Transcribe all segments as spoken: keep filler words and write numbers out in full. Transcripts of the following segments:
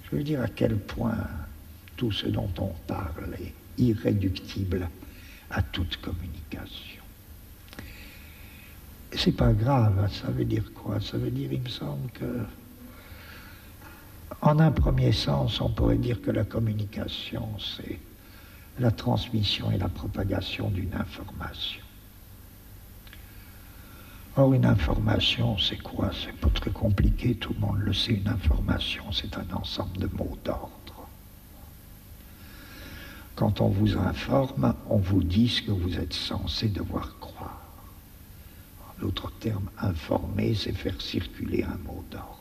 Je veux dire à quel point tout ce dont on parle est irréductible à toute communication. Et c'est pas grave, ça veut dire quoi? Ça veut dire, il me semble que, en un premier sens, on pourrait dire que la communication, c'est la transmission et la propagation d'une information. Or, une information, c'est quoi? C'est pas très compliqué, tout le monde le sait. Une information, c'est un ensemble de mots d'ordre. Quand on vous informe, on vous dit ce que vous êtes censé devoir croire. En d'autres termes, informer, c'est faire circuler un mot d'ordre.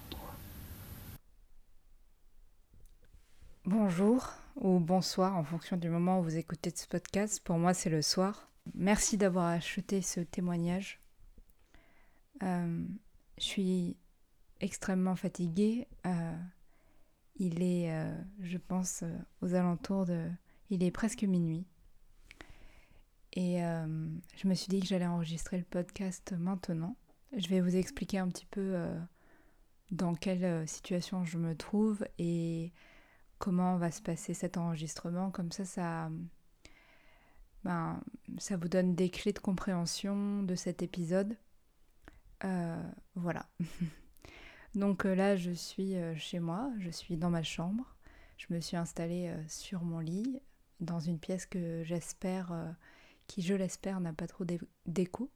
Bonjour ou bonsoir en fonction du moment où vous écoutez ce podcast. Pour moi, c'est le soir. Merci d'avoir acheté ce témoignage. Euh, je suis extrêmement fatiguée. Euh, il est, euh, je pense, euh, aux alentours de... Il est presque minuit. Et euh, je me suis dit que j'allais enregistrer le podcast maintenant. Je vais vous expliquer un petit peu euh, dans quelle situation je me trouve et comment va se passer cet enregistrement. Comme ça, ça, ben, ça vous donne des clés de compréhension de cet épisode. Euh, voilà. Donc euh, là, je suis euh, chez moi, je suis dans ma chambre. Je me suis installée euh, sur mon lit, dans une pièce que j'espère, euh, qui je l'espère, n'a pas trop d'écho.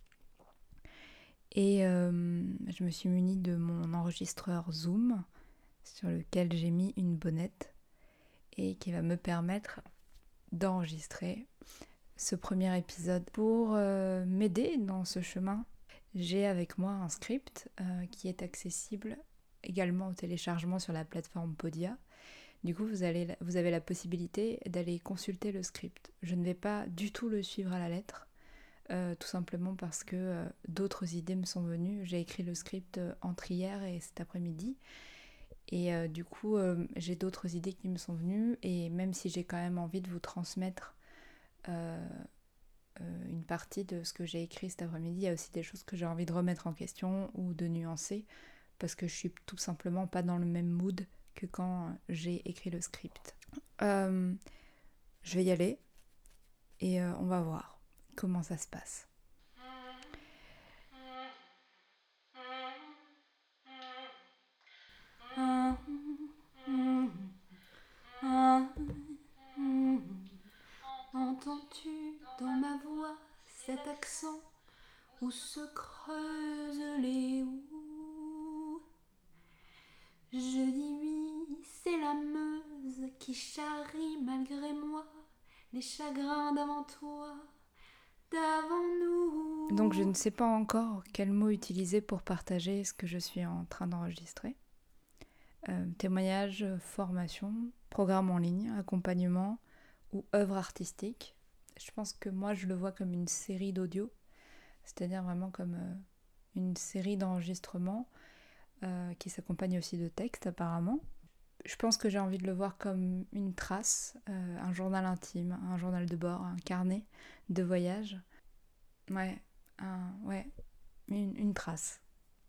Et euh, je me suis munie de mon enregistreur Zoom, sur lequel j'ai mis une bonnette, et qui va me permettre d'enregistrer ce premier épisode. Pour euh, m'aider dans ce chemin, j'ai avec moi un script euh, qui est accessible également au téléchargement sur la plateforme Podia. Du coup, vous, allez, vous avez la possibilité d'aller consulter le script. Je ne vais pas du tout le suivre à la lettre, euh, tout simplement parce que euh, d'autres idées me sont venues. J'ai écrit le script euh, entre hier et cet après-midi. Et euh, du coup, euh, j'ai d'autres idées qui me sont venues. Et même si j'ai quand même envie de vous transmettre euh, euh, une partie de ce que j'ai écrit cet après-midi, il y a aussi des choses que j'ai envie de remettre en question ou de nuancer, parce que je suis tout simplement pas dans le même mood que quand j'ai écrit le script. Euh, je vais y aller et euh, on va voir comment ça se passe. Entends-tu dans ma voix cet accent où se creusent les houes? Je dis oui, c'est la Meuse qui charrie malgré moi les chagrins d'avant toi, d'avant nous. Donc je ne sais pas encore quel mot utiliser pour partager ce que je suis en train d'enregistrer. Euh, témoignage, formation, programme en ligne, accompagnement ou œuvre artistique. Je pense que moi je le vois comme une série d'audio, c'est-à-dire vraiment comme euh, une série d'enregistrements euh, qui s'accompagne aussi de textes apparemment. Je pense que j'ai envie de le voir comme une trace, euh, un journal intime, un journal de bord, un carnet de voyage. Ouais, un, ouais une, une trace.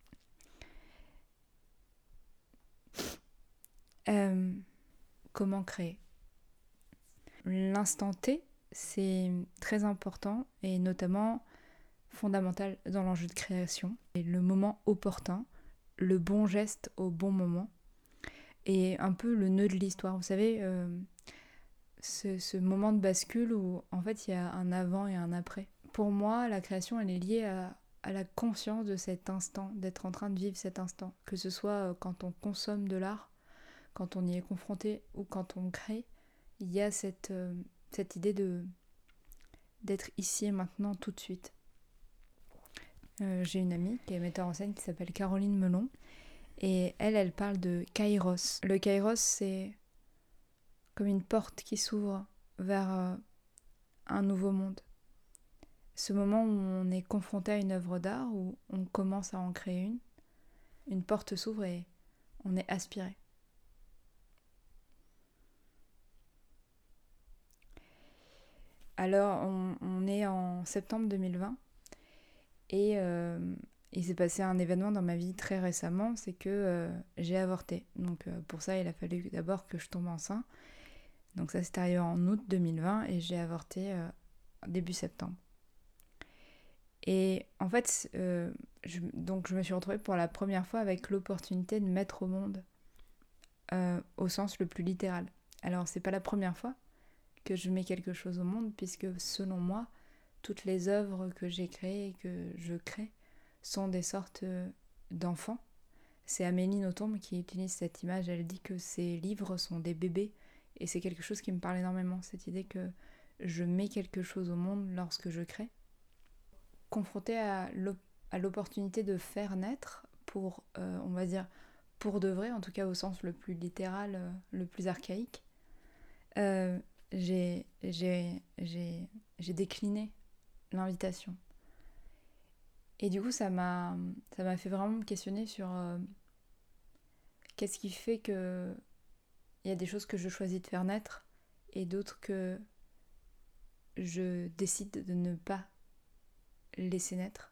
Euh, comment créer ? L'instant T, c'est très important et notamment fondamental dans l'enjeu de création. Et le moment opportun, le bon geste au bon moment et un peu le nœud de l'histoire. Vous savez, euh, ce, ce moment de bascule où en fait il y a un avant et un après. Pour moi, la création, elle est liée à, à la conscience de cet instant, d'être en train de vivre cet instant. Que ce soit quand on consomme de l'art, quand on y est confronté ou quand on crée, il y a cette, euh, cette idée de, d'être ici et maintenant tout de suite. Euh, j'ai une amie qui est metteur en scène qui s'appelle Caroline Melon et elle, elle parle de kairos. Le kairos, c'est comme une porte qui s'ouvre vers euh, un nouveau monde. Ce moment où on est confronté à une œuvre d'art, où on commence à en créer une, une porte s'ouvre et on est aspiré. Alors, on, on est en septembre deux mille vingt et euh, il s'est passé un événement dans ma vie très récemment, c'est que euh, j'ai avorté. Donc euh, pour ça, il a fallu d'abord que je tombe enceinte. Donc ça, c'est arrivé en août deux mille vingt et j'ai avorté euh, début septembre. Et en fait, euh, je, donc je me suis retrouvée pour la première fois avec l'opportunité de mettre au monde euh, au sens le plus littéral. Alors, c'est pas la première fois que je mets quelque chose au monde, puisque selon moi, toutes les œuvres que j'ai créées et que je crée sont des sortes d'enfants. C'est Amélie Nothomb qui utilise cette image, elle dit que ces livres sont des bébés, et c'est quelque chose qui me parle énormément, cette idée que je mets quelque chose au monde lorsque je crée. Confrontée à l'opportunité de faire naître pour, euh, on va dire, pour de vrai, en tout cas au sens le plus littéral, euh, le plus archaïque, euh, j'ai, j'ai, j'ai, j'ai décliné l'invitation. Et du coup, ça m'a, ça m'a fait vraiment me questionner sur euh, qu'est-ce qui fait que il y a des choses que je choisis de faire naître et d'autres que je décide de ne pas laisser naître.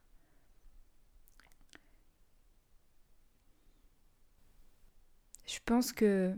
Je pense que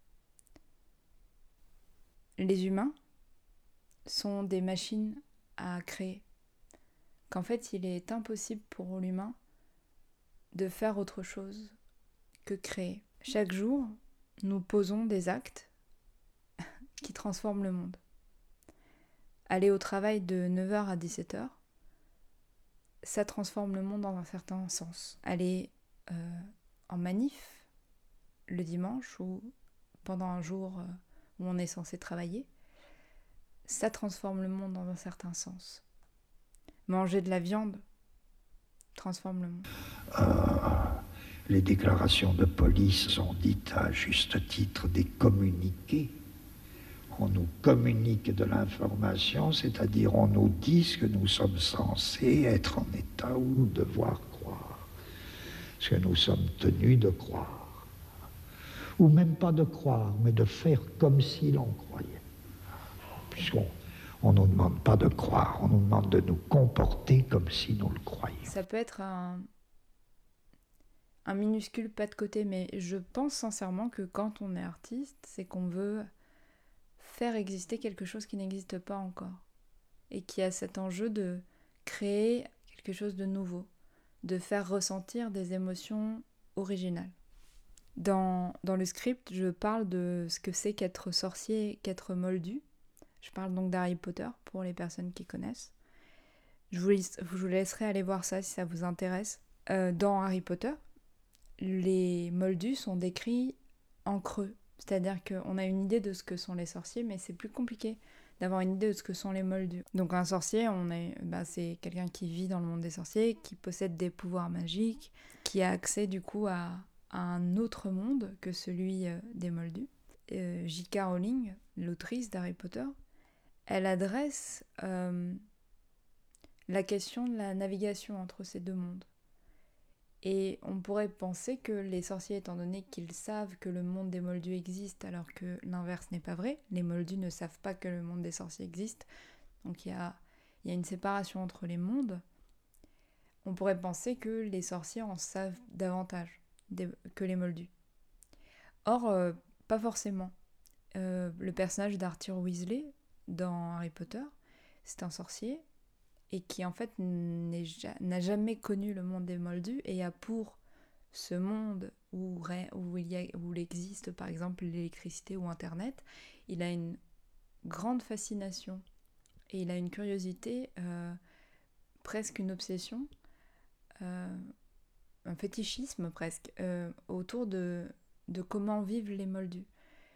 les humains sont des machines à créer. Qu'en fait, il est impossible pour l'humain de faire autre chose que créer. Chaque jour, nous posons des actes qui transforment le monde. Aller au travail de neuf heures à dix-sept heures, ça transforme le monde dans un certain sens. Aller euh, en manif le dimanche ou pendant un jour où on est censé travailler, ça transforme le monde dans un certain sens. Manger de la viande transforme le monde. Euh, les déclarations de police sont dites à juste titre des communiqués. On nous communique de l'information, c'est-à-dire on nous dit ce que nous sommes censés être en état ou devoir croire, ce que nous sommes tenus de croire. Ou même pas de croire, mais de faire comme si l'on croyait. Puisqu'on on ne nous demande pas de croire, on nous demande de nous comporter comme si nous le croyions. Ça peut être un, un minuscule pas de côté, mais je pense sincèrement que quand on est artiste, c'est qu'on veut faire exister quelque chose qui n'existe pas encore et qui a cet enjeu de créer quelque chose de nouveau, de faire ressentir des émotions originales. Dans, dans le script, je parle de ce que c'est qu'être sorcier, qu'être moldu. Je parle donc d'Harry Potter pour les personnes qui connaissent. Je vous, je vous laisserai aller voir ça si ça vous intéresse. Euh, dans Harry Potter, les moldus sont décrits en creux. C'est-à-dire qu'on a une idée de ce que sont les sorciers, mais c'est plus compliqué d'avoir une idée de ce que sont les moldus. Donc un sorcier, on est, bah, c'est quelqu'un qui vit dans le monde des sorciers, qui possède des pouvoirs magiques, qui a accès du coup à, à un autre monde que celui euh, des moldus. Euh, J K. Rowling, l'autrice d'Harry Potter, elle adresse euh, la question de la navigation entre ces deux mondes. Et on pourrait penser que les sorciers, étant donné qu'ils savent que le monde des moldus existe, alors que l'inverse n'est pas vrai, les moldus ne savent pas que le monde des sorciers existe, donc il y a, y a une séparation entre les mondes, on pourrait penser que les sorciers en savent davantage des, que les moldus. Or, euh, pas forcément. Euh, le personnage d'Arthur Weasley, dans Harry Potter, c'est un sorcier et qui en fait n'a jamais connu le monde des moldus et a pour ce monde où, où, il, y a, où il existe par exemple l'électricité ou internet, il a une grande fascination et il a une curiosité, euh, presque une obsession, euh, un fétichisme presque, euh, autour de, de comment vivent les moldus.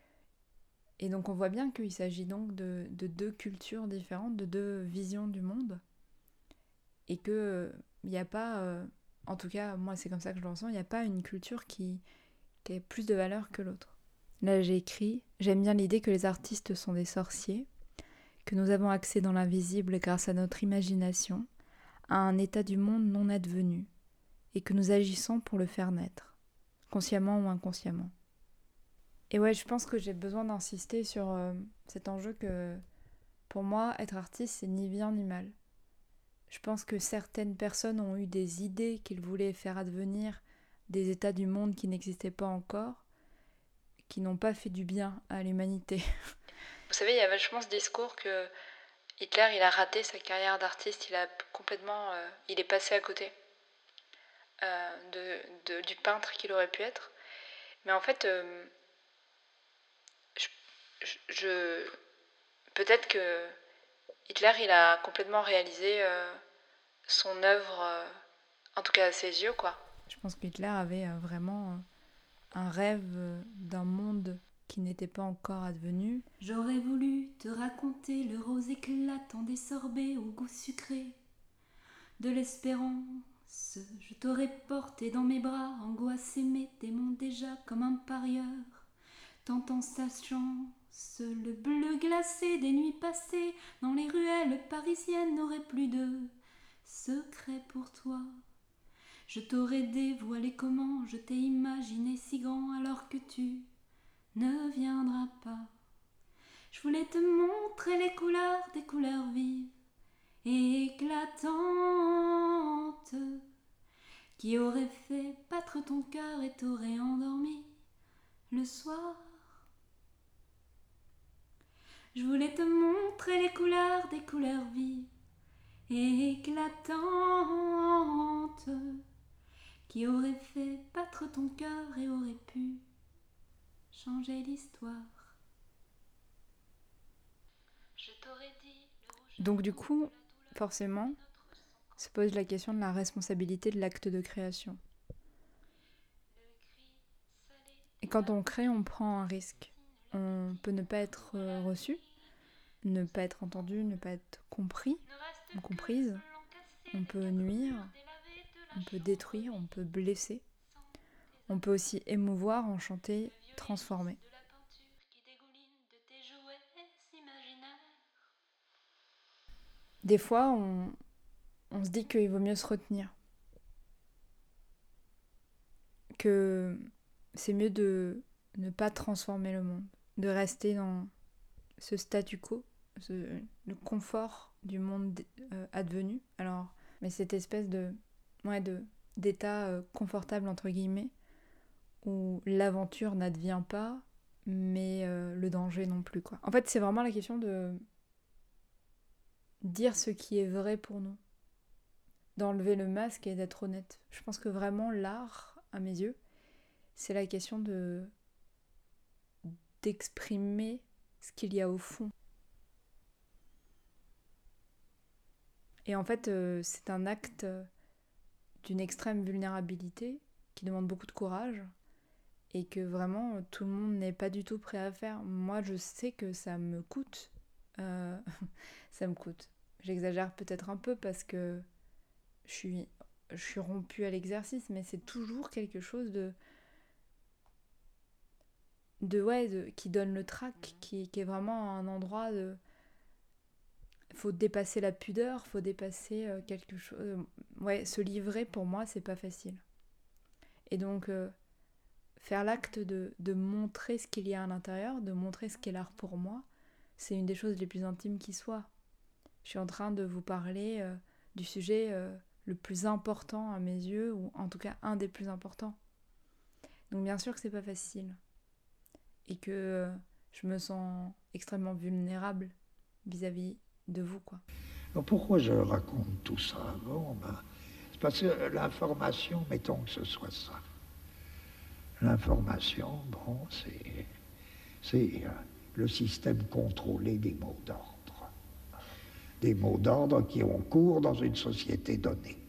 Et donc on voit bien qu'il s'agit donc de, de deux cultures différentes, de deux visions du monde, et qu'il n'y euh, a pas, euh, en tout cas moi c'est comme ça que je le ressens, il n'y a pas une culture qui, qui ait plus de valeur que l'autre. Là j'ai écrit « J'aime bien l'idée que les artistes sont des sorciers, que nous avons accès dans l'invisible grâce à notre imagination, à un état du monde non advenu, et que nous agissons pour le faire naître, consciemment ou inconsciemment. » Et ouais, je pense que j'ai besoin d'insister sur euh, cet enjeu que, pour moi, être artiste, c'est ni bien ni mal. Je pense que certaines personnes ont eu des idées qu'ils voulaient faire advenir des états du monde qui n'existaient pas encore, qui n'ont pas fait du bien à l'humanité. Vous savez, il y a vachement ce discours que Hitler, il a raté sa carrière d'artiste, il a complètement, euh, il est passé à côté euh, de, de, du peintre qu'il aurait pu être. Mais en fait, euh, je, je, je, peut-être que Hitler, il a complètement réalisé euh, son œuvre, euh, en tout cas à ses yeux, quoi. Je pense qu'Hitler avait euh, vraiment euh, un rêve euh, d'un monde qui n'était pas encore advenu. J'aurais voulu te raconter le rose éclatant des sorbets au goût sucré de l'espérance. Je t'aurais porté dans mes bras, angoissé mes démons déjà comme un parieur, tentant sa chance. Le bleu glacé des nuits passées dans les ruelles parisiennes n'aurait plus de secret pour toi. Je t'aurais dévoilé comment je t'ai imaginé si grand alors que tu ne viendras pas. Je voulais te montrer les couleurs, des couleurs vives et éclatantes, qui auraient fait battre ton cœur et t'auraient endormi le soir. Je voulais te montrer les couleurs, des couleurs vives et éclatantes, qui auraient fait battre ton cœur et auraient pu changer l'histoire. Donc du coup, forcément, se pose la question de la responsabilité de l'acte de création. Et quand on crée, on prend un risque. On peut ne pas être reçu, ne pas être entendu, ne pas être compris ou comprise. On peut nuire, on peut détruire, on peut blesser. On peut aussi émouvoir, enchanter, transformer. Des fois, on, on se dit qu'il vaut mieux se retenir. Que c'est mieux de ne pas transformer le monde, de rester dans ce statu quo, ce, le confort du monde euh, advenu. Alors, mais cette espèce de, ouais, de d'état euh, confortable entre guillemets, où l'aventure n'advient pas, mais euh, le danger non plus, quoi. En fait, c'est vraiment la question de dire ce qui est vrai pour nous, d'enlever le masque et d'être honnête. Je pense que vraiment l'art, à mes yeux, c'est la question de d'exprimer ce qu'il y a au fond. Et en fait, euh, c'est un acte d'une extrême vulnérabilité qui demande beaucoup de courage et que vraiment tout le monde n'est pas du tout prêt à faire. Moi, je sais que ça me coûte. Euh, ça me coûte. J'exagère peut-être un peu parce que je suis, je suis rompue à l'exercice, mais c'est toujours quelque chose de de ouais de, qui donne le trac, qui, qui est vraiment un endroit de faut dépasser la pudeur, faut dépasser euh, quelque chose. Euh, ouais, se livrer pour moi c'est pas facile. Et donc euh, faire l'acte de, de montrer ce qu'il y a à l'intérieur, de montrer ce qu'est l'art pour moi, c'est une des choses les plus intimes qui soit. Je suis en train de vous parler euh, du sujet euh, le plus important à mes yeux, ou en tout cas un des plus importants. Donc bien sûr que c'est pas facile. Et que euh, je me sens extrêmement vulnérable vis-à-vis de vous, quoi. Alors pourquoi je raconte tout ça? Bon, ben, c'est parce que l'information, mettons que ce soit ça. L'information, bon, c'est, c'est euh, le système contrôlé des mots d'ordre. Des mots d'ordre qui ont cours dans une société donnée.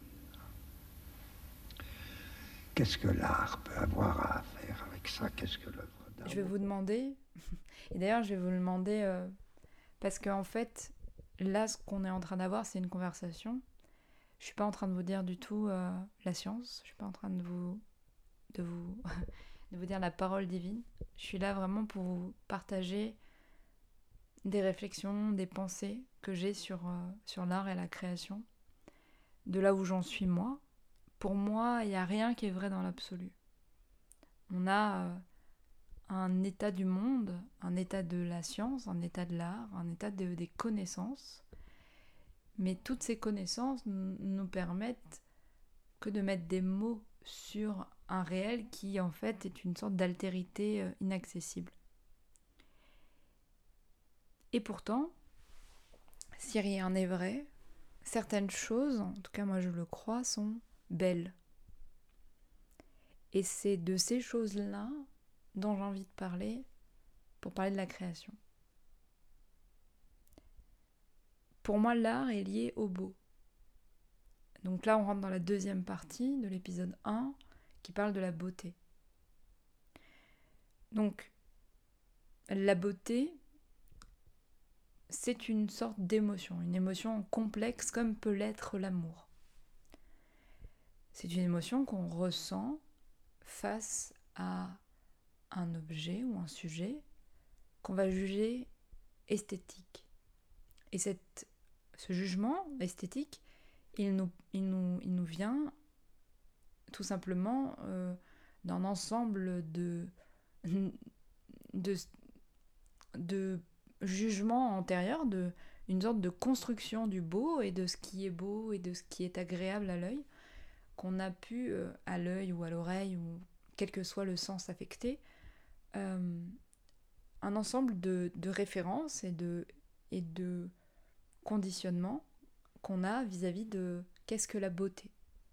Qu'est-ce que l'art peut avoir à faire avec ça? Qu'est-ce que l'œuvre d'art? Je vais vous demander, et d'ailleurs je vais vous le demander euh, parce qu'en fait, là ce qu'on est en train d'avoir, c'est une conversation. Je suis pas en train de vous dire du tout euh, la science, je suis pas en train de vous, de vous, de vous dire la parole divine. Je suis là vraiment pour vous partager des réflexions, des pensées que j'ai sur, euh, sur l'art et la création, de là où j'en suis moi. Pour moi, il n'y a rien qui est vrai dans l'absolu. On a euh, un état du monde, un état de la science, un état de l'art, un état de, des connaissances. Mais toutes ces connaissances n- nous permettent que de mettre des mots sur un réel qui en fait est une sorte d'altérité euh, inaccessible. Et pourtant, si rien n'est vrai, certaines choses, en tout cas moi je le crois, sont belles. Et c'est de ces choses-là dont j'ai envie de parler pour parler de la création. Pour moi, l'art est lié au beau. Donc là, on rentre dans la deuxième partie de l'épisode un qui parle de la beauté. Donc, la beauté, c'est une sorte d'émotion, une émotion complexe comme peut l'être l'amour. C'est une émotion qu'on ressent face à un objet ou un sujet qu'on va juger esthétique. Et cette, ce jugement esthétique, il nous, il nous, il nous vient tout simplement euh, d'un ensemble de, de, de jugements antérieurs, de, une sorte de construction du beau et de ce qui est beau et de ce qui est agréable à l'œil, qu'on a pu, euh, à l'œil ou à l'oreille, ou quel que soit le sens affecté, euh, un ensemble de, de références et de, et de conditionnements qu'on a vis-à-vis de qu'est-ce que la beauté.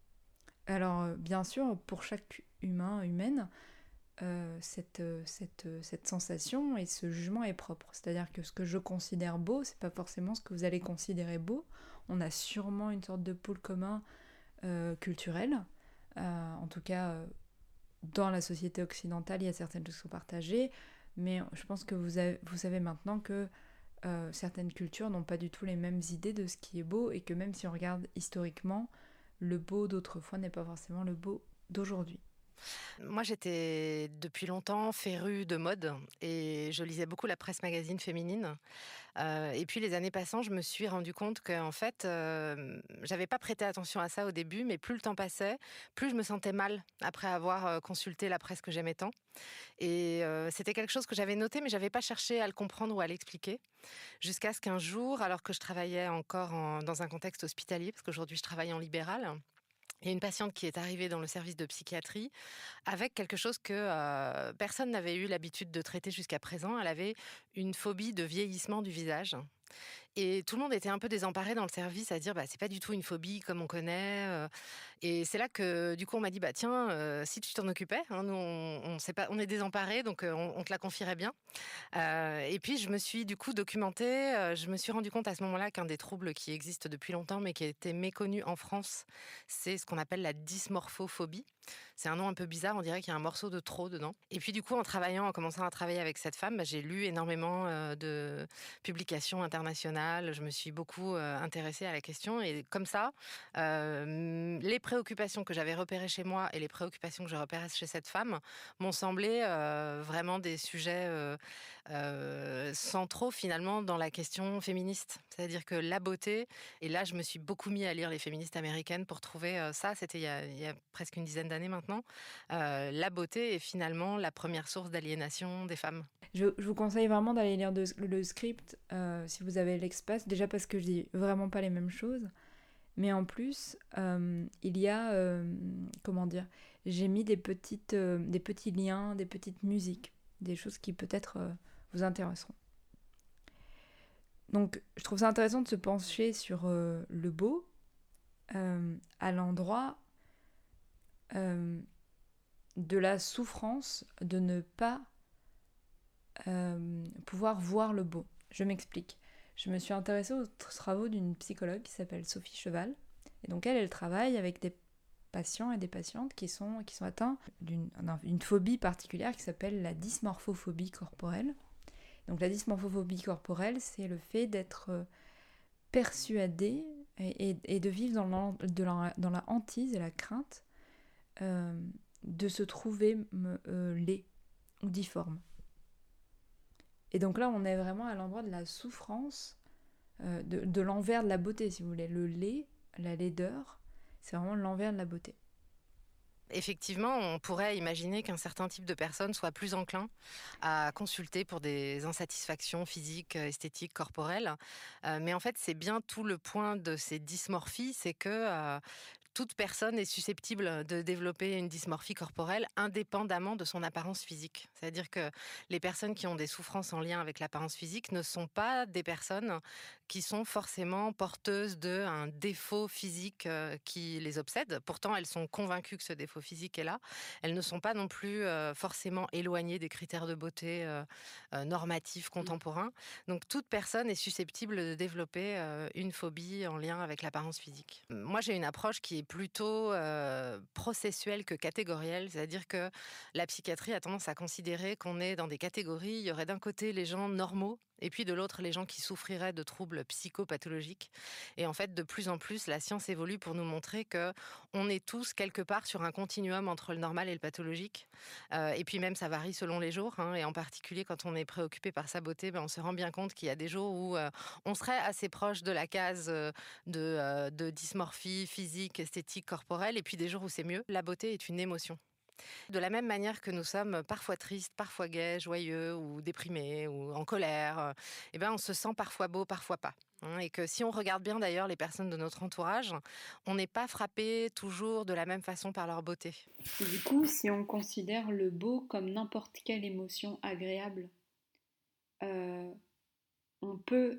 Alors, bien sûr, pour chaque humain, humaine, euh, cette, cette, cette sensation et ce jugement est propre. C'est-à-dire que ce que je considère beau, c'est pas forcément ce que vous allez considérer beau. On a sûrement une sorte de pôle commun euh, culturel. Euh, en tout cas, euh, dans la société occidentale, il y a certaines choses qui sont partagées, mais je pense que vous, avez, vous savez maintenant que euh, certaines cultures n'ont pas du tout les mêmes idées de ce qui est beau, et que même si on regarde historiquement, le beau d'autrefois n'est pas forcément le beau d'aujourd'hui. Moi, j'étais depuis longtemps férue de mode et je lisais beaucoup la presse magazine féminine. Euh, et puis, les années passant, je me suis rendu compte qu'en fait, euh, j'avais pas prêté attention à ça au début, mais plus le temps passait, plus je me sentais mal après avoir euh, consulté la presse que j'aimais tant. Et euh, c'était quelque chose que j'avais noté, mais j'avais pas cherché à le comprendre ou à l'expliquer. Jusqu'à ce qu'un jour, alors que je travaillais encore en- dans un contexte hospitalier, parce qu'aujourd'hui je travaille en libéral, il y a une patiente qui est arrivée dans le service de psychiatrie avec quelque chose que euh, personne n'avait eu l'habitude de traiter jusqu'à présent. Elle avait une phobie de vieillissement du visage. Et tout le monde était un peu désemparé dans le service à dire bah c'est pas du tout une phobie comme on connaît. euh. Et c'est là que du coup on m'a dit bah tiens euh, si tu t'en occupais, hein, nous on, on sait pas, on est désemparés donc euh, on, on te la confierait bien. Euh, et puis je me suis du coup documentée. euh, je me suis rendu compte à ce moment-là qu'un des troubles qui existent depuis longtemps mais qui a été méconnu en France, c'est ce qu'on appelle la dysmorphophobie. C'est un nom un peu bizarre, on dirait qu'il y a un morceau de trop dedans. Et puis du coup en travaillant, en commençant à travailler avec cette femme, bah, j'ai lu énormément euh, de publications internationales. Je me suis beaucoup euh, intéressée à la question et comme ça, euh, les préoccupations que j'avais repérées chez moi et les préoccupations que je repérais chez cette femme m'ont semblé euh, vraiment des sujets euh, euh, centraux finalement dans la question féministe. C'est-à-dire que la beauté, et là je me suis beaucoup mis à lire les féministes américaines pour trouver euh, ça, c'était il y, a, il y a presque une dizaine d'années maintenant, euh, la beauté est finalement la première source d'aliénation des femmes. Je, je vous conseille vraiment d'aller lire de, le script euh, si vous avez l'espace, déjà parce que je dis vraiment pas les mêmes choses, mais en plus, euh, il y a, euh, comment dire, j'ai mis des, petites, euh, des petits liens, des petites musiques, des choses qui peut-être euh, vous intéresseront. Donc, je trouve ça intéressant de se pencher sur euh, le beau euh, à l'endroit euh, de la souffrance de ne pas euh, pouvoir voir le beau. Je m'explique. Je me suis intéressée aux travaux d'une psychologue qui s'appelle Sophie Cheval. Et donc elle, elle travaille avec des patients et des patientes qui sont, qui sont atteints d'une une phobie particulière qui s'appelle la dysmorphophobie corporelle. Donc la dysmorphophobie corporelle, c'est le fait d'être persuadé et, et, et de vivre dans la, de la, dans la hantise et la crainte euh, de se trouver euh, laid ou difforme. Et donc là, on est vraiment à l'endroit de la souffrance, euh, de, de l'envers de la beauté, si vous voulez. Le laid, la laideur, c'est vraiment l'envers de la beauté. Effectivement, on pourrait imaginer qu'un certain type de personnes soit plus enclin à consulter pour des insatisfactions physiques, esthétiques, corporelles. Euh, mais en fait, c'est bien tout le point de ces dysmorphies, c'est que euh, toute personne est susceptible de développer une dysmorphie corporelle indépendamment de son apparence physique. C'est-à-dire que les personnes qui ont des souffrances en lien avec l'apparence physique ne sont pas des personnes qui sont forcément porteuses d'un défaut physique euh, qui les obsède. Pourtant, elles sont convaincues que ce défaut physique est là. Elles ne sont pas non plus euh, forcément éloignées des critères de beauté euh, euh, normatifs contemporains. Donc toute personne est susceptible de développer euh, une phobie en lien avec l'apparence physique. Moi, j'ai une approche qui est plutôt euh, processuelle que catégorielle, c'est-à-dire que la psychiatrie a tendance à considérer qu'on est dans des catégories. Il y aurait d'un côté les gens normaux, et puis de l'autre les gens qui souffriraient de troubles psychopathologiques. Et en fait, de plus en plus, la science évolue pour nous montrer que on est tous quelque part sur un continuum entre le normal et le pathologique. Euh, et puis même, ça varie selon les jours. Hein, et en particulier, quand on est préoccupé par sa beauté, ben, on se rend bien compte qu'il y a des jours où euh, on serait assez proche de la case euh, de, euh, de dysmorphie physique, esthétique, corporelle. Et puis des jours où c'est mieux. La beauté est une émotion. De la même manière que nous sommes parfois tristes, parfois gais, joyeux ou déprimés ou en colère, euh, eh ben on se sent parfois beau, parfois pas. Hein, et que si on regarde bien d'ailleurs les personnes de notre entourage, on n'est pas frappé toujours de la même façon par leur beauté. Et du coup, si on considère le beau comme n'importe quelle émotion agréable, euh, on peut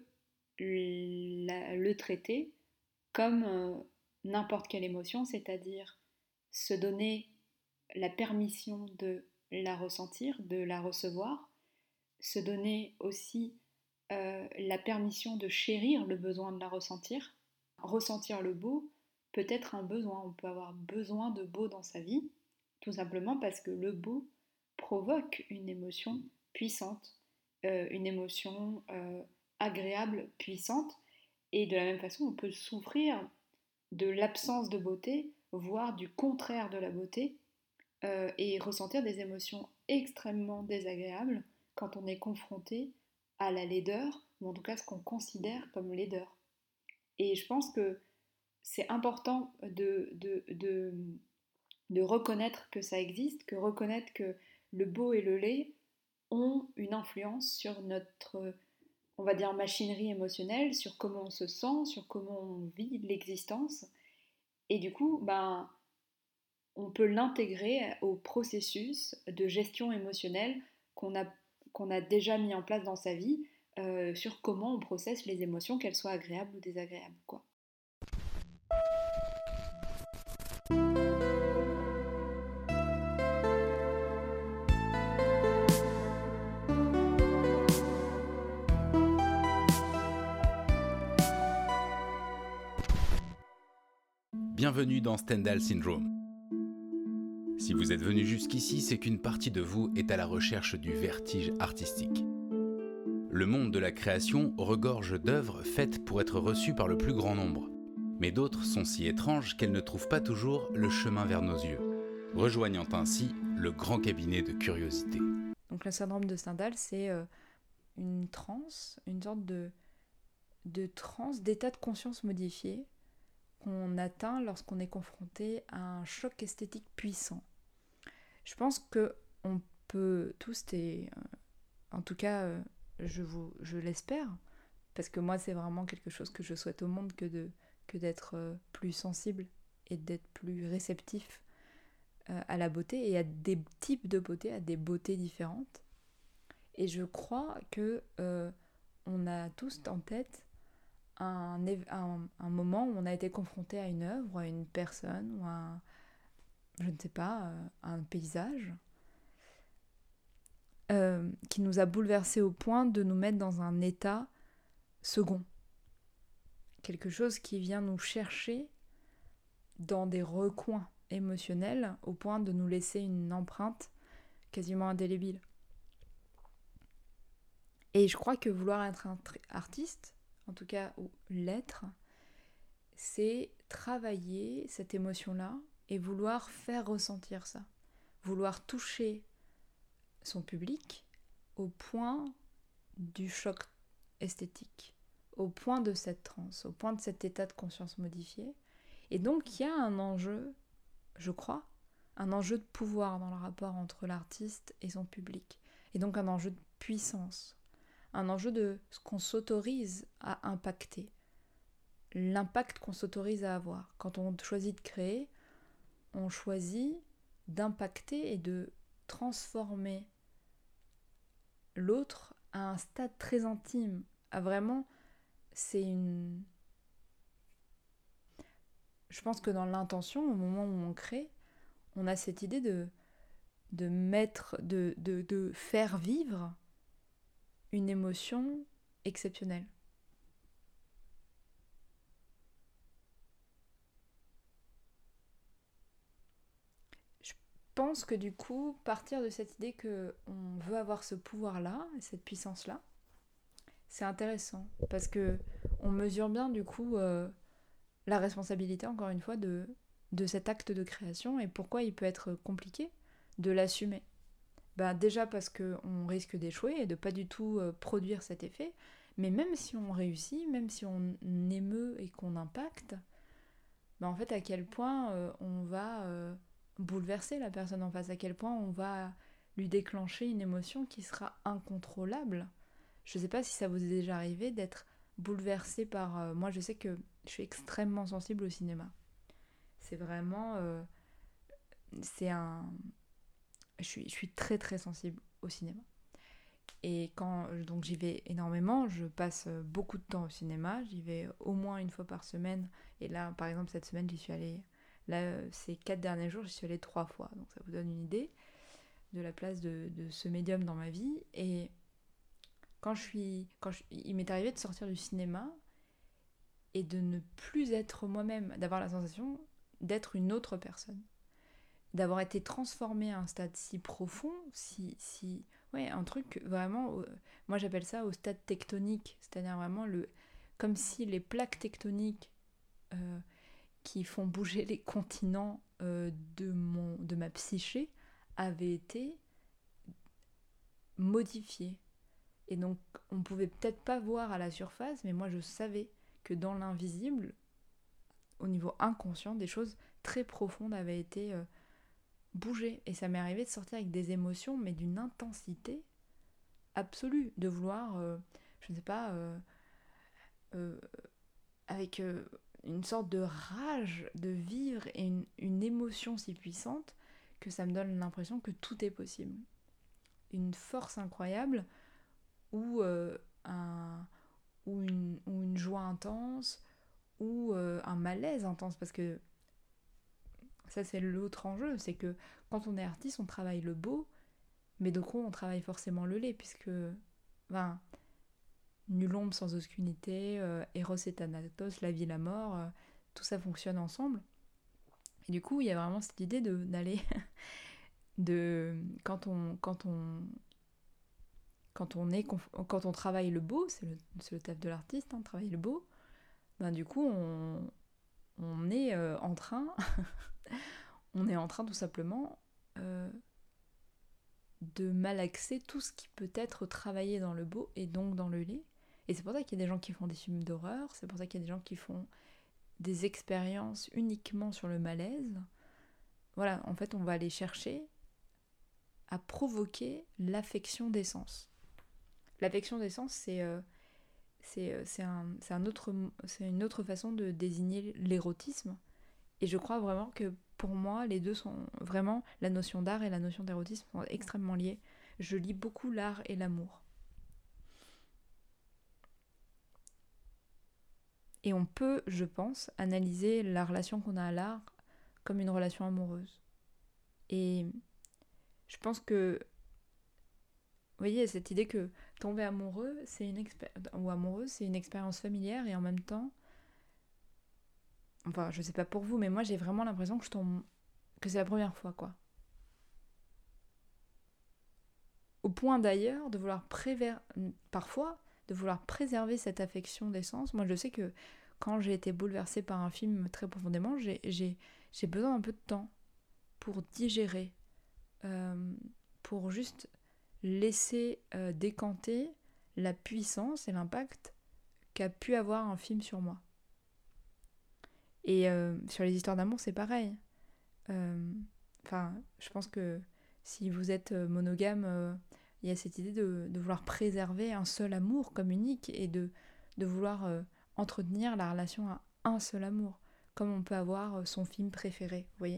la- le traiter comme euh, n'importe quelle émotion, c'est-à-dire se donner la permission de la ressentir, de la recevoir, se donner aussi euh, la permission de chérir le besoin de la ressentir. Ressentir le beau peut être un besoin, on peut avoir besoin de beau dans sa vie, tout simplement parce que le beau provoque une émotion puissante, euh, une émotion euh, agréable, puissante, et de la même façon, on peut souffrir de l'absence de beauté, voire du contraire de la beauté, euh, et ressentir des émotions extrêmement désagréables quand on est confronté à la laideur, ou en tout cas ce qu'on considère comme laideur. Et je pense que c'est important de, de, de, de reconnaître que ça existe, que reconnaître que le beau et le laid ont une influence sur notre, on va dire, machinerie émotionnelle, sur comment on se sent, sur comment on vit l'existence. Et du coup, ben, on peut l'intégrer au processus de gestion émotionnelle qu'on a, qu'on a déjà mis en place dans sa vie, euh, sur comment on processe les émotions, qu'elles soient agréables ou désagréables, quoi. Bienvenue dans Stendhal Syndrome. Si vous êtes venu jusqu'ici, c'est qu'une partie de vous est à la recherche du vertige artistique. Le monde de la création regorge d'œuvres faites pour être reçues par le plus grand nombre. Mais d'autres sont si étranges qu'elles ne trouvent pas toujours le chemin vers nos yeux, rejoignant ainsi le grand cabinet de curiosité. Donc le syndrome de Stendhal, c'est euh, une transe, une sorte de, de transe, d'état de conscience modifié qu'on atteint lorsqu'on est confronté à un choc esthétique puissant. Je pense qu'on peut tous, et euh, en tout cas euh, je, vous, je l'espère, parce que moi c'est vraiment quelque chose que je souhaite au monde, que, de, que d'être euh, plus sensible et d'être plus réceptif euh, à la beauté et à des types de beauté, à des beautés différentes. Et je crois que euh, on a tous en tête un, un, un moment où on a été confronté à une œuvre, ou à une personne, ou à un, je ne sais pas, euh, un paysage euh, qui nous a bouleversés au point de nous mettre dans un état second. Quelque chose qui vient nous chercher dans des recoins émotionnels au point de nous laisser une empreinte quasiment indélébile. Et je crois que vouloir être un artiste, en tout cas ou l'être, c'est travailler cette émotion-là et vouloir faire ressentir ça. Vouloir toucher son public au point du choc esthétique, au point de cette transe, au point de cet état de conscience modifié. Et donc il y a un enjeu, je crois, un enjeu de pouvoir dans le rapport entre l'artiste et son public. Et donc un enjeu de puissance, un enjeu de ce qu'on s'autorise à impacter, l'impact qu'on s'autorise à avoir. Quand on choisit de créer, on choisit d'impacter et de transformer l'autre à un stade très intime. À vraiment, c'est une... Je pense que dans l'intention, au moment où on crée, on a cette idée de, de mettre, de, de, de faire vivre une émotion exceptionnelle. Je pense que du coup, partir de cette idée qu'on veut avoir ce pouvoir-là, cette puissance-là, c'est intéressant, parce que on mesure bien du coup euh, la responsabilité, encore une fois, de, de cet acte de création et pourquoi il peut être compliqué de l'assumer. Ben déjà parce qu'on risque d'échouer et de pas du tout euh, produire cet effet, mais même si on réussit, même si on émeut et qu'on impacte, ben en fait à quel point euh, on va euh, bouleverser la personne en face, à quel point on va lui déclencher une émotion qui sera incontrôlable. Je sais pas si ça vous est déjà arrivé d'être bouleversé par... Euh, moi je sais que je suis extrêmement sensible au cinéma. C'est vraiment... Euh, c'est un... Je suis, je suis très très sensible au cinéma. Et quand donc j'y vais énormément, je passe beaucoup de temps au cinéma, j'y vais au moins une fois par semaine. Et là, par exemple, cette semaine, j'y suis allée... Là, ces quatre derniers jours, j'y suis allée trois fois. Donc ça vous donne une idée de la place de, de ce médium dans ma vie. Et quand je suis... Quand je, il m'est arrivé de sortir du cinéma et de ne plus être moi-même, d'avoir la sensation d'être une autre personne. D'avoir été transformée à un stade si profond, si... si ouais, un truc vraiment... Moi, j'appelle ça au stade tectonique. C'est-à-dire vraiment le... Comme si les plaques tectoniques euh, qui font bouger les continents euh, de, mon, de ma psyché avaient été modifiées. Et donc, on pouvait peut-être pas voir à la surface, mais moi, je savais que dans l'invisible, au niveau inconscient, des choses très profondes avaient été euh, bougées. Et ça m'est arrivé de sortir avec des émotions, mais d'une intensité absolue, de vouloir, euh, je ne sais pas, euh, euh, avec euh, une sorte de rage de vivre et une, une émotion si puissante que ça me donne l'impression que tout est possible. Une force incroyable ou, euh, un, ou, une, ou une joie intense ou euh, un malaise intense, parce que ça c'est l'autre enjeu, c'est que quand on est artiste on travaille le beau, mais de quoi on travaille forcément le laid, puisque ben, nulle ombre sans obscurité, euh, Eros et Thanatos, la vie, la mort, euh, tout ça fonctionne ensemble. Et du coup il y a vraiment cette idée de, d'aller de quand on quand on quand on est quand on travaille le beau, c'est le, c'est le taf de l'artiste, hein, travailler le beau, ben du coup on on est euh, en train on est en train tout simplement euh, de malaxer tout ce qui peut être travaillé dans le beau et donc dans le laid. Et c'est pour ça qu'il y a des gens qui font des films d'horreur, c'est pour ça qu'il y a des gens qui font des expériences uniquement sur le malaise. Voilà, en fait on va aller chercher à provoquer l'affection des sens. L'affection des sens, c'est, euh, c'est, c'est, un, c'est, un autre, c'est une autre façon de désigner l'érotisme. Et je crois vraiment que pour moi, les deux sont vraiment, la notion d'art et la notion d'érotisme sont extrêmement liées. Je lis beaucoup l'art et l'amour. Et on peut, je pense, analyser la relation qu'on a à l'art comme une relation amoureuse. Et je pense que, vous voyez, cette idée que tomber amoureux, c'est une expé- ou amoureuse, c'est une expérience familière et en même temps, enfin, je sais pas pour vous, mais moi j'ai vraiment l'impression que je tombe, que c'est la première fois, quoi. Au point d'ailleurs de vouloir préver... parfois de vouloir préserver cette affection des sens. Moi je sais que quand j'ai été bouleversée par un film très profondément, j'ai, j'ai, j'ai besoin d'un peu de temps pour digérer, euh, pour juste laisser euh, décanter la puissance et l'impact qu'a pu avoir un film sur moi. Et euh, sur les histoires d'amour, c'est pareil. Euh, enfin, je pense que si vous êtes monogame, euh, il y a cette idée de, de vouloir préserver un seul amour comme unique et de, de vouloir euh, entretenir la relation à un seul amour, comme on peut avoir son film préféré, vous voyez ?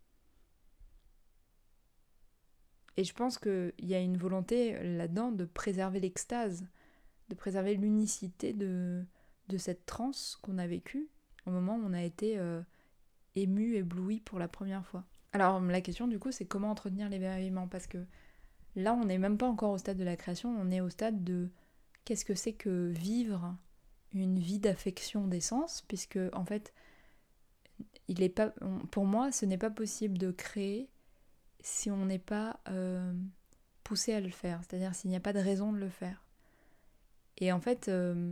Et je pense qu'il y a une volonté là-dedans de préserver l'extase, de préserver l'unicité de, de cette transe qu'on a vécue au moment où on a été euh, ému, ébloui pour la première fois. Alors la question du coup, c'est comment entretenir l'émerveillement, parce que là, on n'est même pas encore au stade de la création, on est au stade de qu'est-ce que c'est que vivre une vie d'affection d'essence, puisque en fait, il est pas, pour moi, ce n'est pas possible de créer si on n'est pas euh, poussé à le faire, c'est-à-dire s'il n'y a pas de raison de le faire. Et en fait, euh,